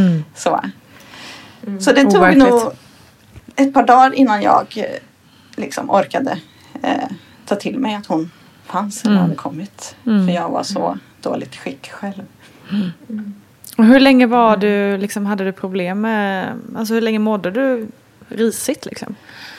Så det tog nog ett par dagar innan jag liksom orkade ta till mig att hon fanns eller hade kommit. För jag var så dåligt skick själv. Och hur länge var du, liksom, hade du problem med, alltså hur länge mådde du risigt liksom?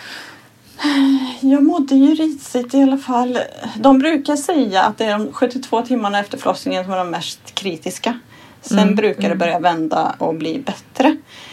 Jag mådde ju risigt i alla fall. De brukar säga att det är de 72 timmarna efter förlossningen som är de mest kritiska. Sen brukar det börja vända och bli bättre.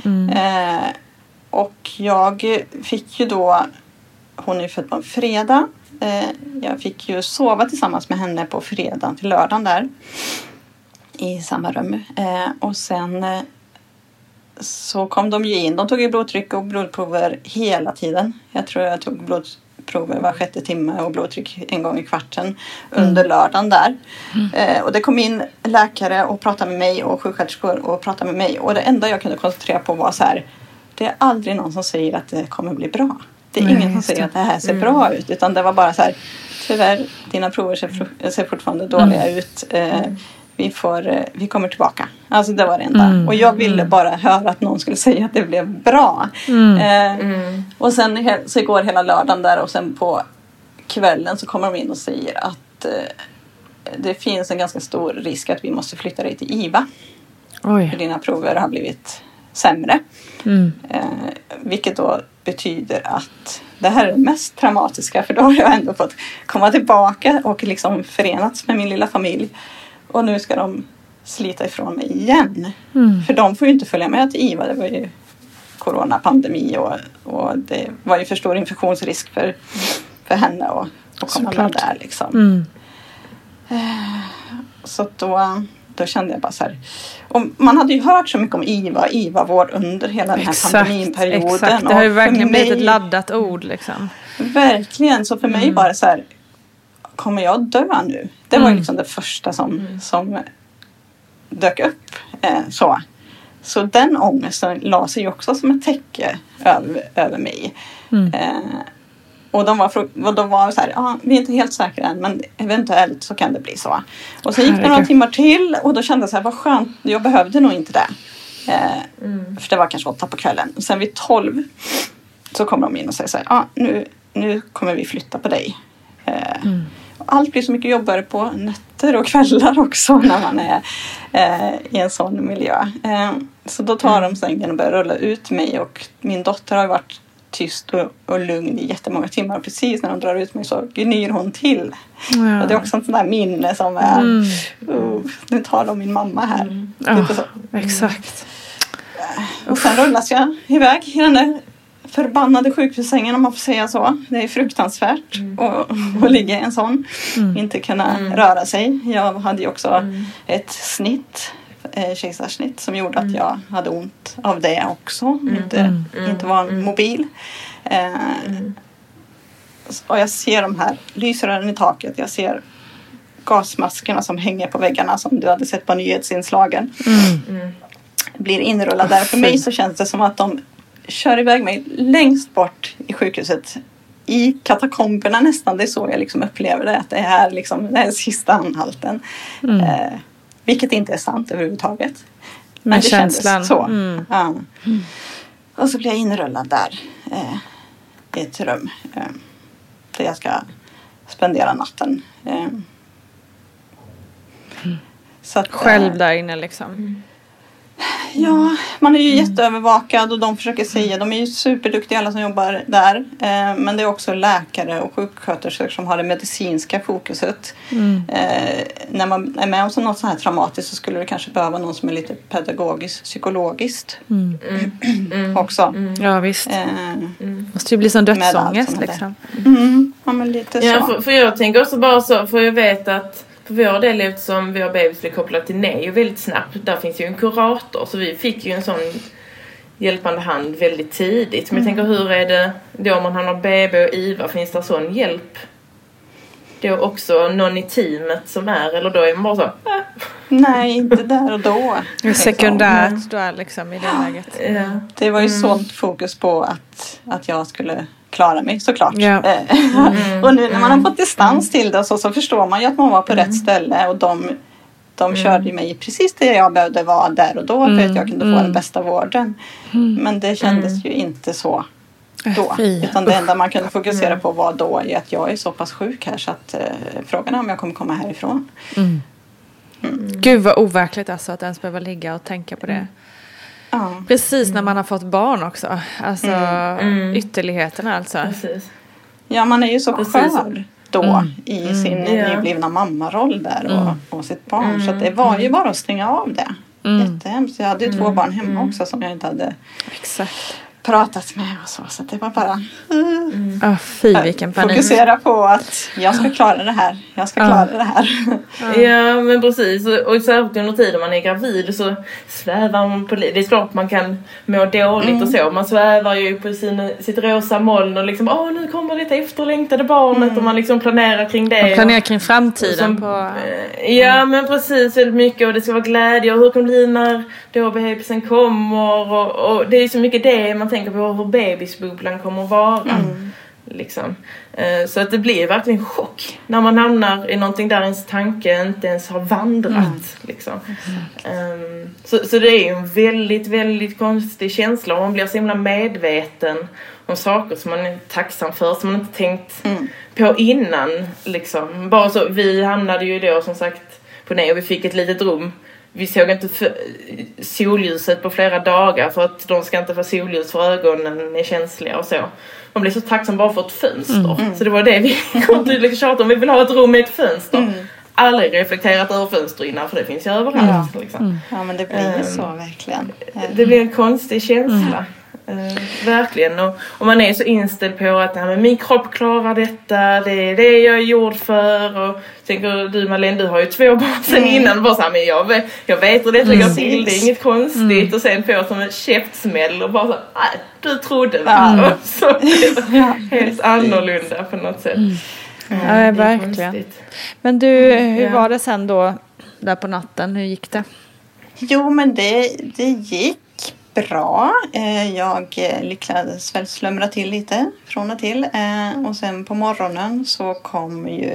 Och jag fick ju då, hon är född på en fredag. Jag fick ju sova tillsammans med henne på fredagen till lördagen där. I samma rum. Och sen så kom de ju in. De tog ju blodtryck och blodprover hela tiden. Jag tror jag tog blodprover var 6:e timme och blodtryck en gång i kvarten under lördagen där. Och det kom in läkare och pratade med mig och sjuksköterskor och pratade med mig. Och det enda jag kunde koncentrera på var så här: det är aldrig någon som säger att det kommer bli bra. Det är ingen som säger att det här ser bra ut. Utan det var bara så här: tyvärr, dina prover ser fortfarande dåliga ut. Vi kommer tillbaka. Alltså det var det enda. Och jag ville bara höra att någon skulle säga att det blev bra. Och sen så går hela lördagen där. Och sen på kvällen så kommer de in och säger att det finns en ganska stor risk att vi måste flytta dig till IVA. Oj. För dina prover har blivit sämre. Vilket då betyder att det här är det mest traumatiska. För då har jag ändå fått komma tillbaka och liksom förenats med min lilla familj. Och nu ska de slita ifrån mig igen. För de får ju inte följa med till IVA. Det var ju coronapandemi och det var ju för stor infektionsrisk för henne att komma med där liksom. Så då kände jag bara så här. Och man hade ju hört så mycket om IVA-vård under hela den här pandemiperioden. Exakt. Det har ju verkligen blivit ett laddat ord liksom. Verkligen, så för mig var det så här: kommer jag dö nu? Det var ju liksom det första som dök upp. Så den ångesten la sig ju också som ett täcke över mig. Och de var så här: vi är inte helt säkra än, men eventuellt så kan det bli så. Och så gick det några timmar till och då kände jag så här: vad skönt, jag behövde nog inte det. För det var kanske 8 på kvällen. Och sen vid 12 så kom de in och säger så här: nu kommer vi flytta på dig. Allt blir så mycket jobbigare på nätter och kvällar också när man är i en sån miljö. Så då tar de sängen och börjar rulla ut mig. Och min dotter har varit tyst och lugn i jättemånga timmar. Och precis när de drar ut mig så gnyr hon till. Ja. Och det är också ett sånt där minne som är... nu tar de min mamma här. Exakt. Och sen rullas jag iväg i den där förbannade sjukhussängen, om man får säga så. Det är fruktansvärt att ligga i en sån. Inte kunna röra sig. Jag hade ju också ett snitt, kejsarsnitt, som gjorde att jag hade ont av det också. Inte var mobil. Och jag ser de här lysrören i taket. Jag ser gasmaskerna som hänger på väggarna som du hade sett på nyhetsinslagen. Blir inrullad där. För mig så känns det som att de kör iväg mig längst bort i sjukhuset. I katakomberna nästan. Det är så jag liksom upplever det. Att det är liksom, det är sista anhalten. Vilket inte är sant överhuvudtaget. Men det känslan. Kändes så. Ja. Och så blir jag inrullad där. I ett rum. Där jag ska spendera natten. Så att, själv där inne liksom. Ja, man är ju jätteövervakad och de försöker säga, de är ju superduktiga alla som jobbar där. Men det är också läkare och sjuksköterskor som har det medicinska fokuset. När man är med om något så här traumatiskt så skulle det kanske behöva någon som är lite pedagogiskt, psykologiskt också. Ja, visst. Måste ju bli som dödsångest liksom. Ja, men lite så. Ja, för jag tänker också bara så, för jag vet att för vår del, eftersom vår bebis blev kopplad till NEO väldigt snabbt, där finns ju en kurator, så vi fick ju en sån hjälpande hand väldigt tidigt. Men jag tänker, hur är det då om man har BB och IVA, finns det sån hjälp då också, någon i teamet som är, eller då är man bara så nej, inte där och då. Sekundärt då liksom i det läget. Ja. Det var ju sånt fokus på att jag skulle klara mig, såklart. Ja. Och nu när man har fått distans till det så förstår man ju att man var på rätt ställe och de körde mig precis det jag behövde vara där och då för att jag kunde få den bästa vården. Men det kändes ju inte så då. Utan det enda man kunde fokusera på var då är att jag är så pass sjuk här så att frågan är om jag kommer komma härifrån. Gud vad overkligt alltså att ens behöva ligga och tänka på det. Precis när man har fått barn också. Alltså ytterligheterna alltså. Precis. Ja, man är ju så skör då i sin nyblivna mammaroll där och sitt barn. Så att det var ju bara att stänga av det. Jättehemskt. Jag hade ju 2 barn hemma också som jag inte hade pratat med och så det var bara fy vilken panik. Fokusera på att jag ska klara det här. Jag ska klara det här. Ja, men precis. Och särskilt under tiden man är gravid så svävar man på det är klart man kan må dåligt och så. Man svävar ju på sitt rosa moln och liksom nu kommer det efterlängtade barnet och man liksom planerar kring det. Man planerar kring framtiden på... Ja, men precis väldigt mycket och det ska vara glädje och hur kommer det bli när då bebisen kommer och det är så mycket det man tänker på hur bebisbubblan kommer att vara. Liksom. Så att det blir verkligen en chock när man hamnar i någonting där ens tanke inte ens har vandrat. Liksom. Så det är ju en väldigt, väldigt konstig känsla och man blir så himla medveten om saker som man är tacksam för som man inte tänkt på innan. Liksom. Bara så, vi hamnade ju då som sagt på nej och vi fick ett litet rum. Vi såg inte solljuset på flera dagar för att de ska inte få solljus för ögonen är känsliga och så. Man blir så tacksam bara för ett fönster. Så det var det vi kom tydligt tjata om. Vi vill ha ett rum med ett fönster. Aldrig reflekterat över fönster innan för det finns ju överallt. Liksom. Ja, men det blir ju så verkligen. Det blir en konstig känsla. Verkligen. Och man är så inställd på att men min kropp klarar detta. Det är det jag är gjord för. Och tänker du Malene, du har ju 2 barn sen innan. Bara så här, men jag vet hur detta går till. Det är inget konstigt. Och sen får jag som en käftsmäll och bara så här, du trodde va? Och så helt annorlunda på något sätt. Ja, verkligen. Men du, hur var det sen då där på natten? Hur gick det? Jo, men det gick bra. Jag lyckades väl slumra till lite från och till. Och sen på morgonen så kom ju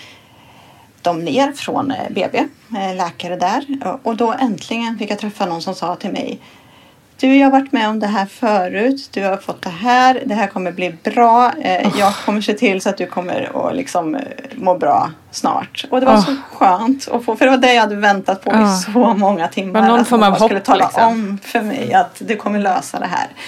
de ner från BB, läkare där. Och då äntligen fick jag träffa någon som sa till mig: du, jag har varit med om det här förut. Du har fått det här kommer bli bra. Jag kommer se till så att du kommer att liksom må bra snart. Och det var så skönt att få, för det var det jag hade väntat på i så många timmar. Men någon form av hopp skulle tala om för mig att du kommer lösa det här.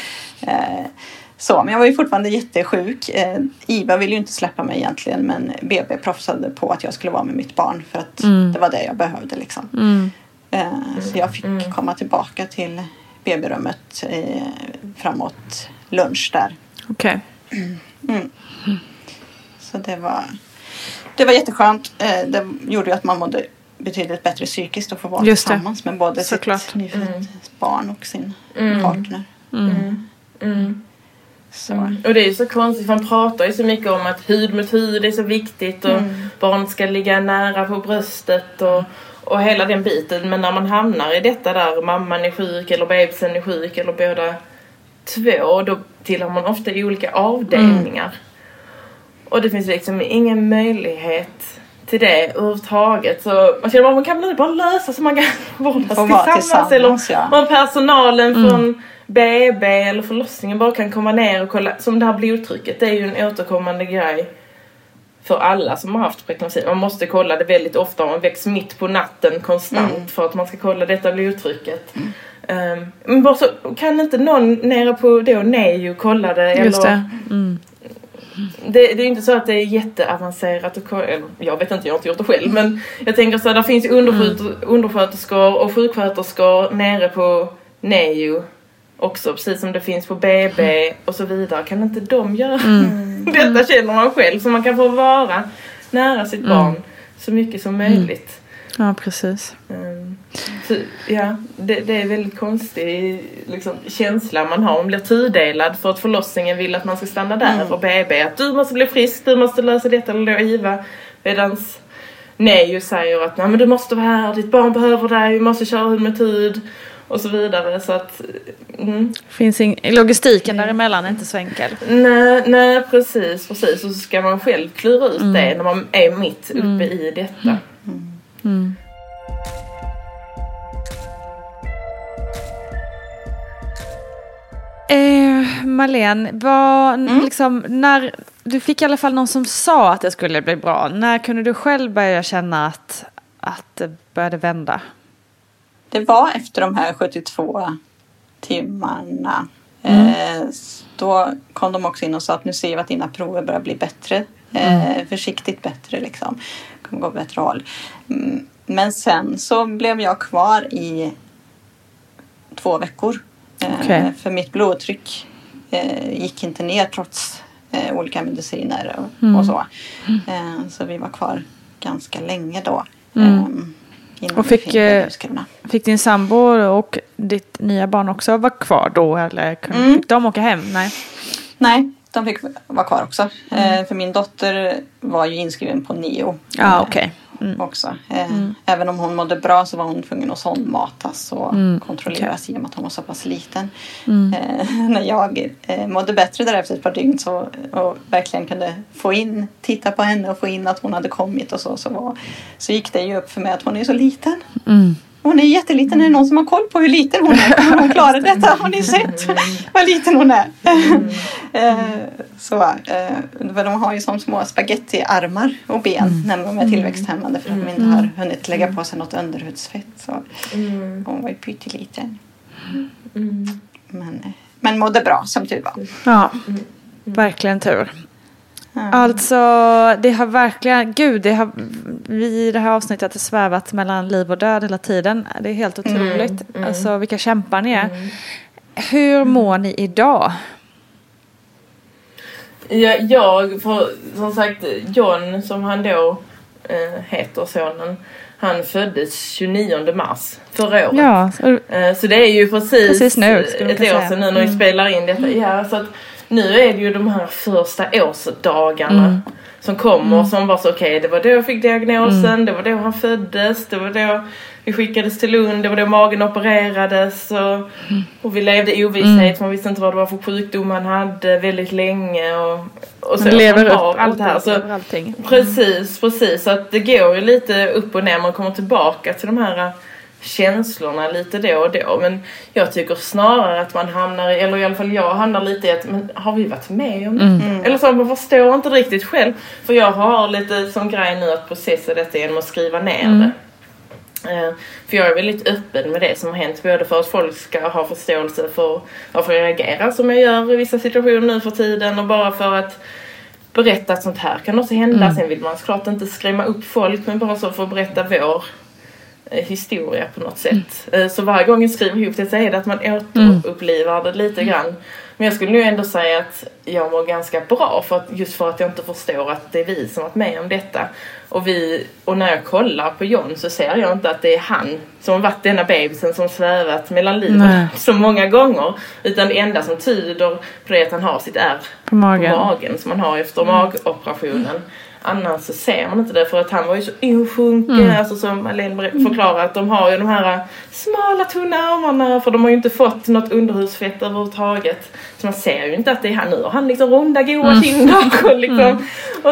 Men jag var ju fortfarande jättesjuk. Iva ville ju inte släppa mig egentligen, men BB proffsade på att jag skulle vara med mitt barn för att det var det jag behövde liksom. Så jag fick komma tillbaka till BB-rummet framåt lunch där. Okej. Så det var jätteskönt. Det gjorde ju att man mådde betydligt bättre psykiskt att få vara tillsammans med både sitt nyfödda barn och sin partner. Så. Och det är ju så konstigt, man pratar ju så mycket om att hud mot hud är så viktigt och barnet ska ligga nära på bröstet och hela den biten. Men när man hamnar i detta där mamman är sjuk eller bebisen är sjuk eller båda 2, då tillhör man ofta i olika avdelningar. Och det finns liksom ingen möjlighet till det överhuvudtaget. Så man känner man kan väl bara lösa så man kan vara tillsammans. Eller om personalen från BB eller förlossningen bara kan komma ner och kolla. Som det här blodtrycket, det är ju en återkommande grej för alla som har haft preeklamsi. Man måste kolla det väldigt ofta. Man väcks mitt på natten konstant för att man ska kolla detta blodtrycket. Men bara så, kan inte någon nere på då NEU kolla det? Just eller, det. Det är inte så att det är jätteavancerat. Jag vet inte, jag har inte gjort det själv. Men jag tänker så att det finns undersköterskor och sjuksköterskor nere på NEU också, precis som det finns på BB och så vidare. Kan inte de göra detta, känner man själv, så man kan få vara nära sitt barn så mycket som möjligt. Ja, precis. Så, ja, det är väldigt konstig liksom, känsla man har. Man blir tudelad för att förlossningen vill att man ska stanna där och BB. Att du måste bli frisk, du måste lösa detta eller då Iva. Medans NEU säger att men du måste vara här, ditt barn behöver dig, vi måste köra hud med tid. Och så vidare, så att... Finns logistiken däremellan är inte så enkel. Nej, precis. Och så ska man själv klura ut det när man är mitt uppe i detta. Malene, liksom, när du fick i alla fall någon som sa att det skulle bli bra, när kunde du själv börja känna att att det började vända? Det var efter de här 72 timmarna. Då kom de också in och sa att nu ser vi att dina prover börjar bli bättre. Försiktigt bättre liksom. Kommer gå åt bättre håll. Men sen så blev jag kvar i 2 veckor. För mitt blodtryck gick inte ner trots olika mediciner och så. Så vi var kvar ganska länge då. Och fick din sambo och ditt nya barn också vara kvar då? Eller fick de åka hem? Nej, de fick vara kvar också. För min dotter var ju inskriven på NIO. Också. Även om hon mådde bra så var hon tvungen att sondmatas och kontrolleras i och med att hon var så pass liten. När jag mådde bättre där efter ett par dygn och verkligen kunde titta på henne och få in att hon hade kommit och så gick det ju upp för mig att hon är så liten. Hon är jätteliten. Är det någon som har koll på hur liten hon är? Kommer hon klara detta? Har ni sett vad liten hon är? För de har ju som små spagettiarmar och ben när de är tillväxthämmande för att de inte har hunnit lägga på sig något underhudsfett. Så hon var ju pytteliten. Men mådde bra som tur var. Ja, verkligen tur. Alltså, det har verkligen... vi i det här avsnittet har svävat mellan liv och död hela tiden. Det är helt otroligt. Alltså, vilka kämpar ni är. Hur mår ni idag? Som sagt, John, som han då heter sonen, han föddes 29 mars förra året. Ja, så det är ju precis nu, ett år sedan nu när vi spelar in detta. Ja, så att nu är det ju de här första årsdagarna som kommer som var så okej, det var då jag fick diagnosen, det var då han föddes, det var då vi skickades till Lund, det var då magen opererades och vi levde i ovisshet, man visste inte vad det var för sjukdom han hade väldigt länge och så lever upp allt det här. Så, allting. Precis, så att det går ju lite upp och ner, man kommer tillbaka till de här känslorna lite då och då, men jag tycker snarare att man hamnar eller i alla fall jag hamnar lite i att, men har vi varit med om det? Eller så man förstår inte riktigt själv, för jag har lite som grej nu att processa detta genom att skriva ner det. För jag är väldigt öppen med det som har hänt, både för att folk ska ha förståelse för varför jag reagerar som jag gör i vissa situationer nu för tiden, och bara för att berätta att sånt här kan också hända. Sen vill man såklart inte skrämma upp folk, men bara så för att berätta vår historia på något sätt. Så varje gång jag skriver ihop det så är det att man återupplivar det lite grann. Men jag skulle nu ändå säga att jag mår ganska bra just för att jag inte förstår att det är vi som varit med om detta. Och när jag kollar på John så ser jag inte att det är han som har varit denna bebisen som svävat mellan livet så många gånger. Utan det enda som tyder på det är att han har sitt ärr på magen som man har efter magoperationen. Annars så ser man inte det, för att han var ju så osjunken, alltså som Malene förklarar att de har ju de här smala tunna armarna, för de har ju inte fått något underhudsfett överhuvudtaget, så man ser ju inte att det är han. Nu har han liksom runda goda kinder och liksom och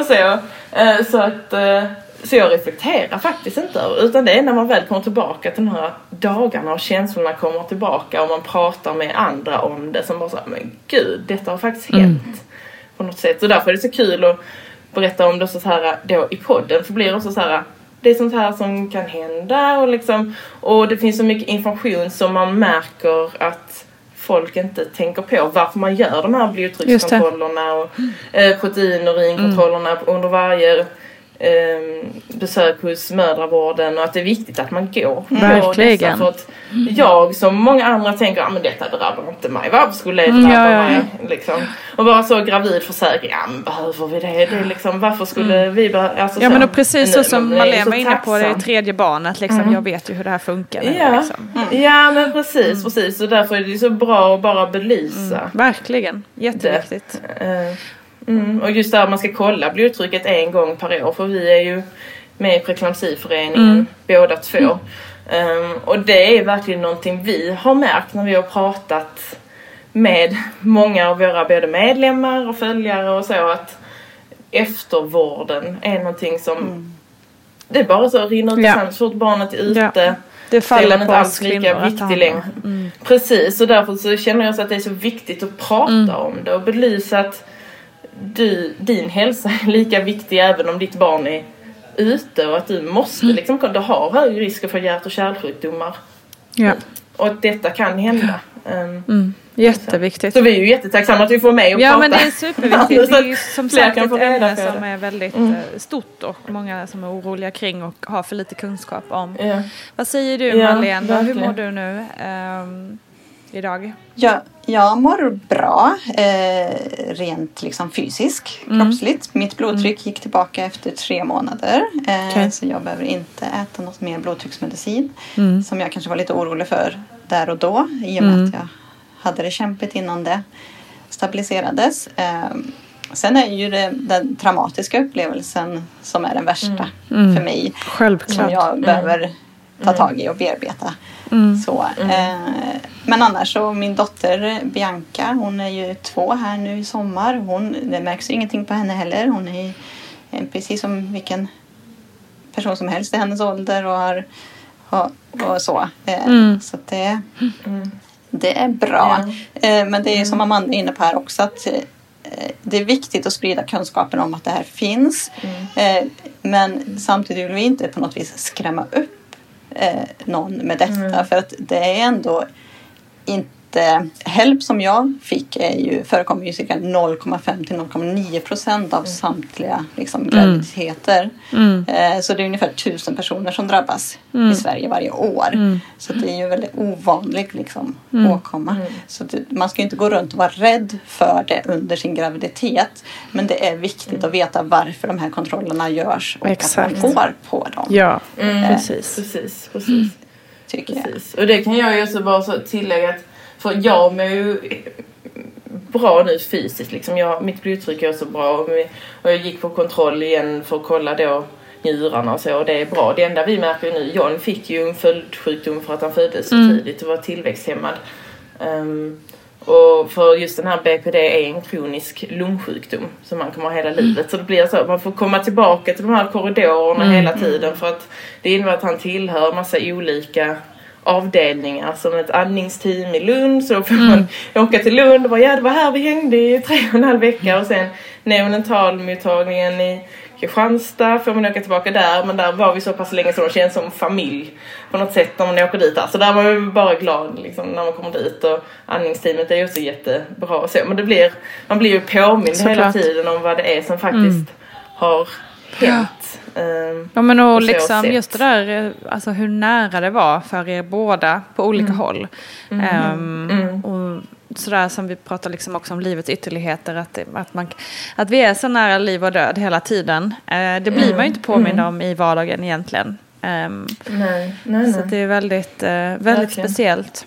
så jag reflekterar faktiskt inte över, utan det är när man väl kommer tillbaka till de här dagarna och känslorna kommer tillbaka och man pratar med andra om det som bara så, men gud, detta har faktiskt hänt på något sätt. Och därför är det så kul att berätta om det så här då i podden, för blir det också så här, det är sånt här som kan hända och det finns så mycket information som man märker att folk inte tänker på varför man gör de här blodtryckskontrollerna och protein- och urinkontrollerna under varje besök hos mödravården, och att det är viktigt att man går verkligen. För att jag som många andra tänker, men detta drabbar inte mig, varför skulle det drabba mig liksom? Och bara så gravidförsäkring, men behöver vi det är liksom, varför skulle vi alltså, men och precis så som Malene var inne på, det är tredje barnet liksom, jag vet ju hur det här funkar ja men precis, och därför är det så bra att bara belysa verkligen, jätteviktigt. Och just där man ska kolla blodtrycket en gång per år, för vi är ju med i Preklampsiföreningen båda två. Och det är verkligen någonting vi har märkt när vi har pratat med många av våra både medlemmar och följare och så, att eftervården är någonting som det är bara så rinner ut så fort barnet är ute. Det faller inte alls lika viktigt längre. Precis, och därför så känner jag så att det är så viktigt att prata om det och belysa att din hälsa är lika viktig även om ditt barn är ute och att du måste liksom, du har högre risk för hjärt- och kärlsjukdomar. Ja. Och att detta kan hända. Jätteviktigt. Så vi är ju jättetacksamma att vi får med och prata. Ja, men det är superviktigt. Det är ju som sagt ett ämne som som är väldigt stort och många som är oroliga kring och har för lite kunskap om. Ja. Vad säger du, Marlene? Hur mår du nu idag? Ja, jag mår bra, rent liksom kroppsligt. Mitt blodtryck gick tillbaka efter 3 månader. Så jag behöver inte äta något mer blodtrycksmedicin. Som jag kanske var lite orolig för där och då. I och med att jag hade det kämpigt innan det stabiliserades. Sen är ju den traumatiska upplevelsen som är den värsta för mig. Självklart. Som jag behöver ta tag i och bearbeta. Så, men annars så min dotter Bianca, hon är ju 2 här nu i sommar. Det märks ju ingenting på henne heller. Hon är precis som vilken person som helst i hennes ålder och så. Så att det är bra. Men det är som Amanda är inne på här också, att det är viktigt att sprida kunskapen om att det här finns. Men samtidigt vill vi inte på något vis skrämma upp någon med detta. För att det är ändå inte... Help som jag fick förekommer ju cirka 0,5 till 0,9% av samtliga liksom, graviditeter. Så det är ungefär 1000 personer som drabbas i Sverige varje år. Så det är ju väldigt ovanligt liksom, åkomma. Så man ska ju inte gå runt och vara rädd för det under sin graviditet. Men det är viktigt att veta varför de här kontrollerna görs och att man får på dem. Ja, precis. Tycker jag. Och det kan jag ju också bara så tillägga att för jag mår ju bra nu fysiskt. Liksom mitt blodtryck är så bra. Och jag gick på kontroll igen för att kolla då njurarna och så. Och det är bra. Det enda vi märker nu. John fick ju en följdsjukdom för att han föddes så tidigt och var tillväxthämmad. Och för just den här BPD är en kronisk lungsjukdom som man kommer ha hela livet. Så det blir så att man får komma tillbaka till de här korridorerna hela tiden. För att det innebär att han tillhör massa olika avdelningar, som ett andningsteam i Lund. Så får man åka till Lund och bara, det var här vi hängde i 3,5 veckor. Och sen neonatalmottagningen i Kristianstad får man åka tillbaka där. Men där var vi så pass länge så det känns som familj på något sätt när man åker dit där. Så där var man bara glad liksom, när man kommer dit. Och andningsteamet är ju också jättebra och så. Men man blir ju påmind hela tiden om vad det är som faktiskt har hänt. Ja, men och liksom just det där, alltså hur nära det var för er båda på olika håll. Och sådär som vi pratar liksom också om livets ytterligheter, att vi är så nära liv och död hela tiden. Det blir man ju inte påmind om i vardagen egentligen. Nej. Så det är väldigt speciellt.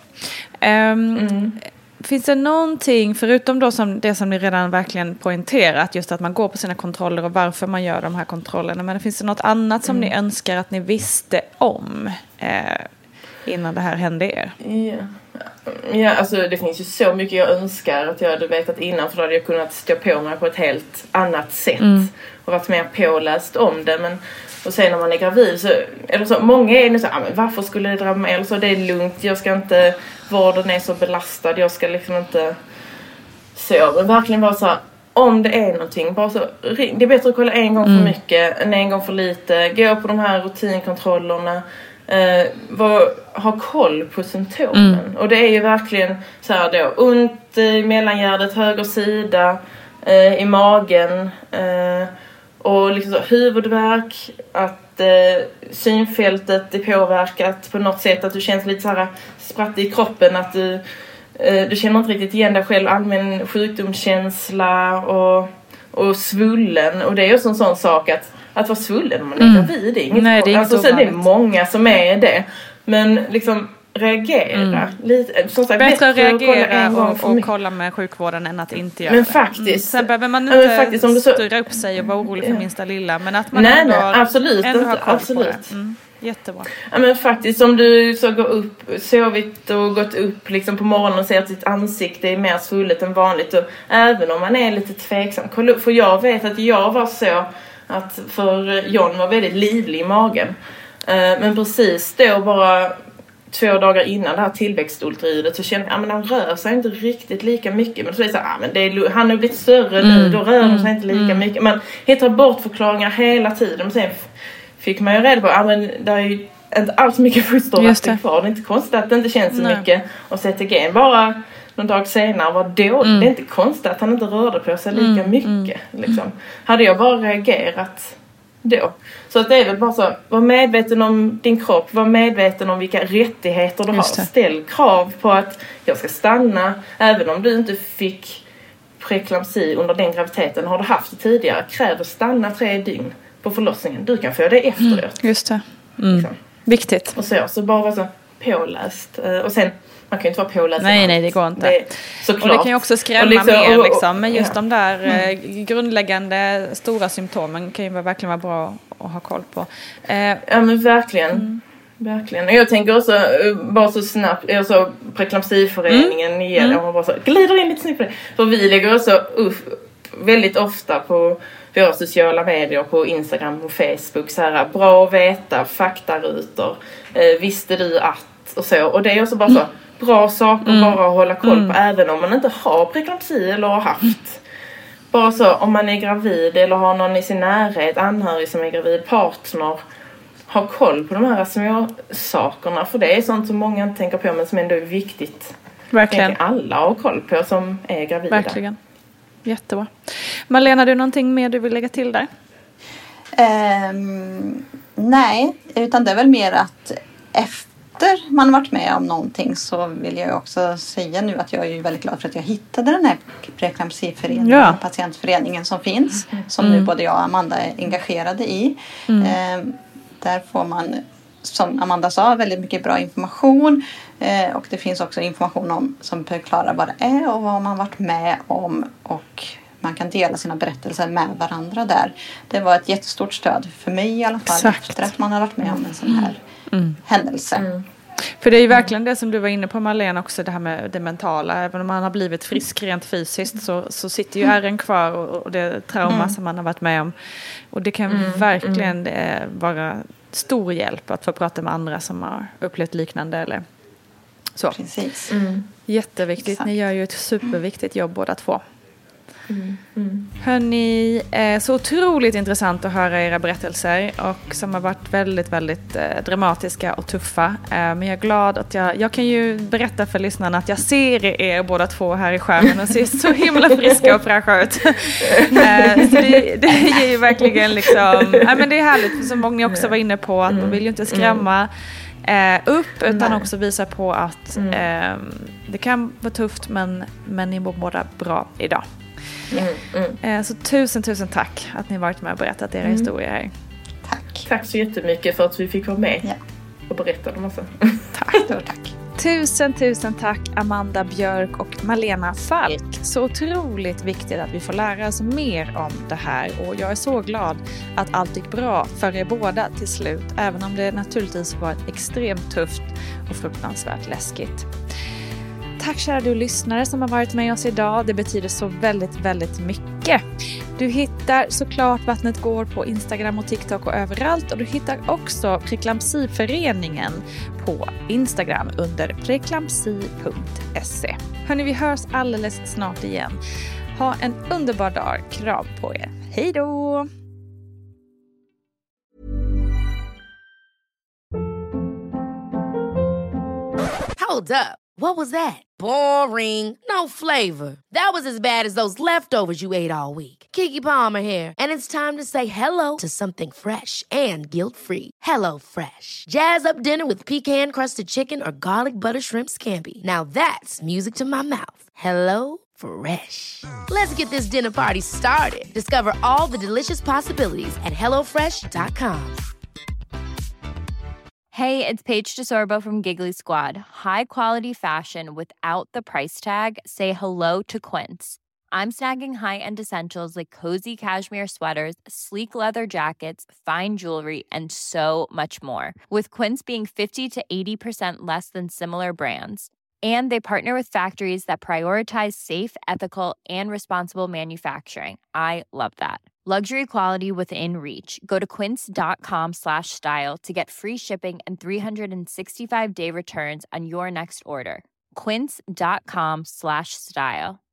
Finns det någonting, förutom då det som ni redan verkligen poängterat, just att man går på sina kontroller och varför man gör de här kontrollerna, men finns det något annat som ni önskar att ni visste om innan det här hände er? Ja, alltså det finns ju så mycket jag önskar att jag hade vetat innan, för då hade jag kunnat stå på mig på ett helt annat sätt och varit mer påläst om det. Men och sen när man är gravid så många är nu så men varför skulle det drabba mig? Eller så, det är lugnt, jag ska inte, vården är så belastad, jag ska liksom inte så. Men verkligen vara så här, om det är någonting, bara så ring. Det är bättre att kolla en gång för mycket än en gång för lite. Gå på de här rutinkontrollerna. Ha koll på symptomen. Och det är ju verkligen så här då, ont i mellangärdet, höger sida, i magen, och liksom så, huvudvärk, att synfältet är påverkat på något sätt, att du känns lite så här spratt i kroppen, att du känner inte riktigt igen dig själv, allmän sjukdomskänsla och svullen. Och det är ju en sån sak att vara svullen om man är gravid, det är inget. Nej, det är alltså, inget det är många som är det, men liksom reagera lite, som sagt, bättre att reagera och kolla med sjukvården än att inte göra men det. Faktiskt, sen behöver man inte styra upp sig och vara orolig för minsta lilla, men att man ändå har koll på det. Jättebra. Ja, men faktiskt, om du så går upp, sovit och gått upp liksom på morgonen och ser att ditt ansikte är mer svullet än vanligt, och även om man är lite tveksam, kolla upp, för jag vet att jag var så att för John var väldigt livlig i magen, men precis då bara 2 dagar innan det här tillväxtultraljudet så kände jag, men han rör sig inte riktigt lika mycket. Men så är det så här, men han har blivit större nu, då rör han sig inte lika mycket. Man hittar bort förklaringar hela tiden. Men sen fick man ju reda på men det är ju inte alls mycket fostervatten kvar. Det är inte konstigt att det inte känns så mycket. Och CTG bara någon dag senare var dålig. Det är inte konstigt att han inte rörde på sig lika mycket. Liksom. Hade jag bara reagerat då. Så att det är väl bara så, var medveten om din kropp, var medveten om vilka rättigheter du har. Ställ krav på att jag ska stanna, även om du inte fick preeklamsi under den graviditeten. Har du haft det tidigare, kräv att stanna 3 dygn på förlossningen. Du kan få det efteråt. Just det. Liksom. Viktigt. Och så bara vara så påläst. Och sen, man kan ju inte vara påläst. Nej, det går inte. Såklart. Och det kan ju också skrämma mer liksom. Men just de där grundläggande stora symptomen kan ju verkligen vara bra att ha koll på. Ja men verkligen. Verkligen. Och jag tänker också bara så snabbt, alltså preeklamsiföreningen igen, och bara så glider in lite snabbt på det. För vi lägger också väldigt ofta på våra sociala medier, på Instagram och Facebook så här, bra att veta, faktarutor, visste du att och så. Och det är också bara så bra saker bara att hålla koll på, även om man inte har preeklamsi eller har haft. Bara så, om man är gravid eller har någon i sin närhet, anhörig som är gravid, partner, ha koll på de här små sakerna. För det är sånt som många inte tänker på, men som ändå är viktigt. Verkligen. Alla har koll på som är gravida. Verkligen. Jättebra. Malena, du någonting mer du vill lägga till där? Nej, utan det är väl mer att efter man varit med om någonting så vill jag också säga nu att jag är väldigt glad för att jag hittade den här preeklamsiföreningen, patientföreningen som finns, som nu både jag och Amanda är engagerade i. Där får man, som Amanda sa, väldigt mycket bra information. Och det finns också information om, som förklarar vad det är och vad man varit med om. Och man kan dela sina berättelser med varandra där. Det var ett jättestort stöd för mig i alla fall. Efter att man har varit med om en sån här händelse. För det är ju verkligen det som du var inne på, Malena, också det här med det mentala. Även om man har blivit frisk rent fysiskt så sitter ju ärren kvar och det trauma som man har varit med om. Och det kan verkligen vara stor hjälp att få prata med andra som har upplevt liknande eller så. Precis. Jätteviktigt. Exakt. Ni gör ju ett superviktigt jobb båda två. Hörni, så otroligt intressant att höra era berättelser och som har varit väldigt, väldigt dramatiska och tuffa. Men jag är glad att jag kan ju berätta för lyssnarna att jag ser er båda två här i skärmen och ser så himla friska och fräscha ut. Så det ger ju verkligen liksom, men det är härligt som många också var inne på att man vill ju inte skrämma upp utan också visa på att det kan vara tufft men ni mår båda bra idag. Så tusen tack att ni varit med och berättat era historier här. Tack så jättemycket för att vi fick vara med och berätta dem också. Tack. Tusen tack Amanda Björk och Malena Falk. Så otroligt viktigt att vi får lära oss mer om det här. Och jag är så glad att allt gick bra för er båda till slut. Även om det naturligtvis var extremt tufft och fruktansvärt läskigt. Tack kära du lyssnare som har varit med oss idag. Det betyder så väldigt, väldigt mycket. Du hittar såklart Vattnet går på Instagram och TikTok och överallt. Och du hittar också Preeklamsiföreningen på Instagram under preeklamsi.se. Hörni, vi hörs alldeles snart igen. Ha en underbar dag. Kram på er. Hej då! Hold up. What was that? Boring. No flavor. That was as bad as those leftovers you ate all week. Keke Palmer here. And it's time to say hello to something fresh and guilt-free. Hello Fresh. Jazz up dinner with pecan-crusted chicken or garlic butter shrimp scampi. Now that's music to my mouth. Hello Fresh. Let's get this dinner party started. Discover all the delicious possibilities at HelloFresh.com. Hey, it's Paige DeSorbo from Giggly Squad. High quality fashion without the price tag. Say hello to Quince. I'm snagging high-end essentials like cozy cashmere sweaters, sleek leather jackets, fine jewelry, and so much more. With Quince being 50 to 80% less than similar brands. And they partner with factories that prioritize safe, ethical, and responsible manufacturing. I love that. Luxury quality within reach. Go to quince.com/style to get free shipping and 365-day returns on your next order. Quince.com/style.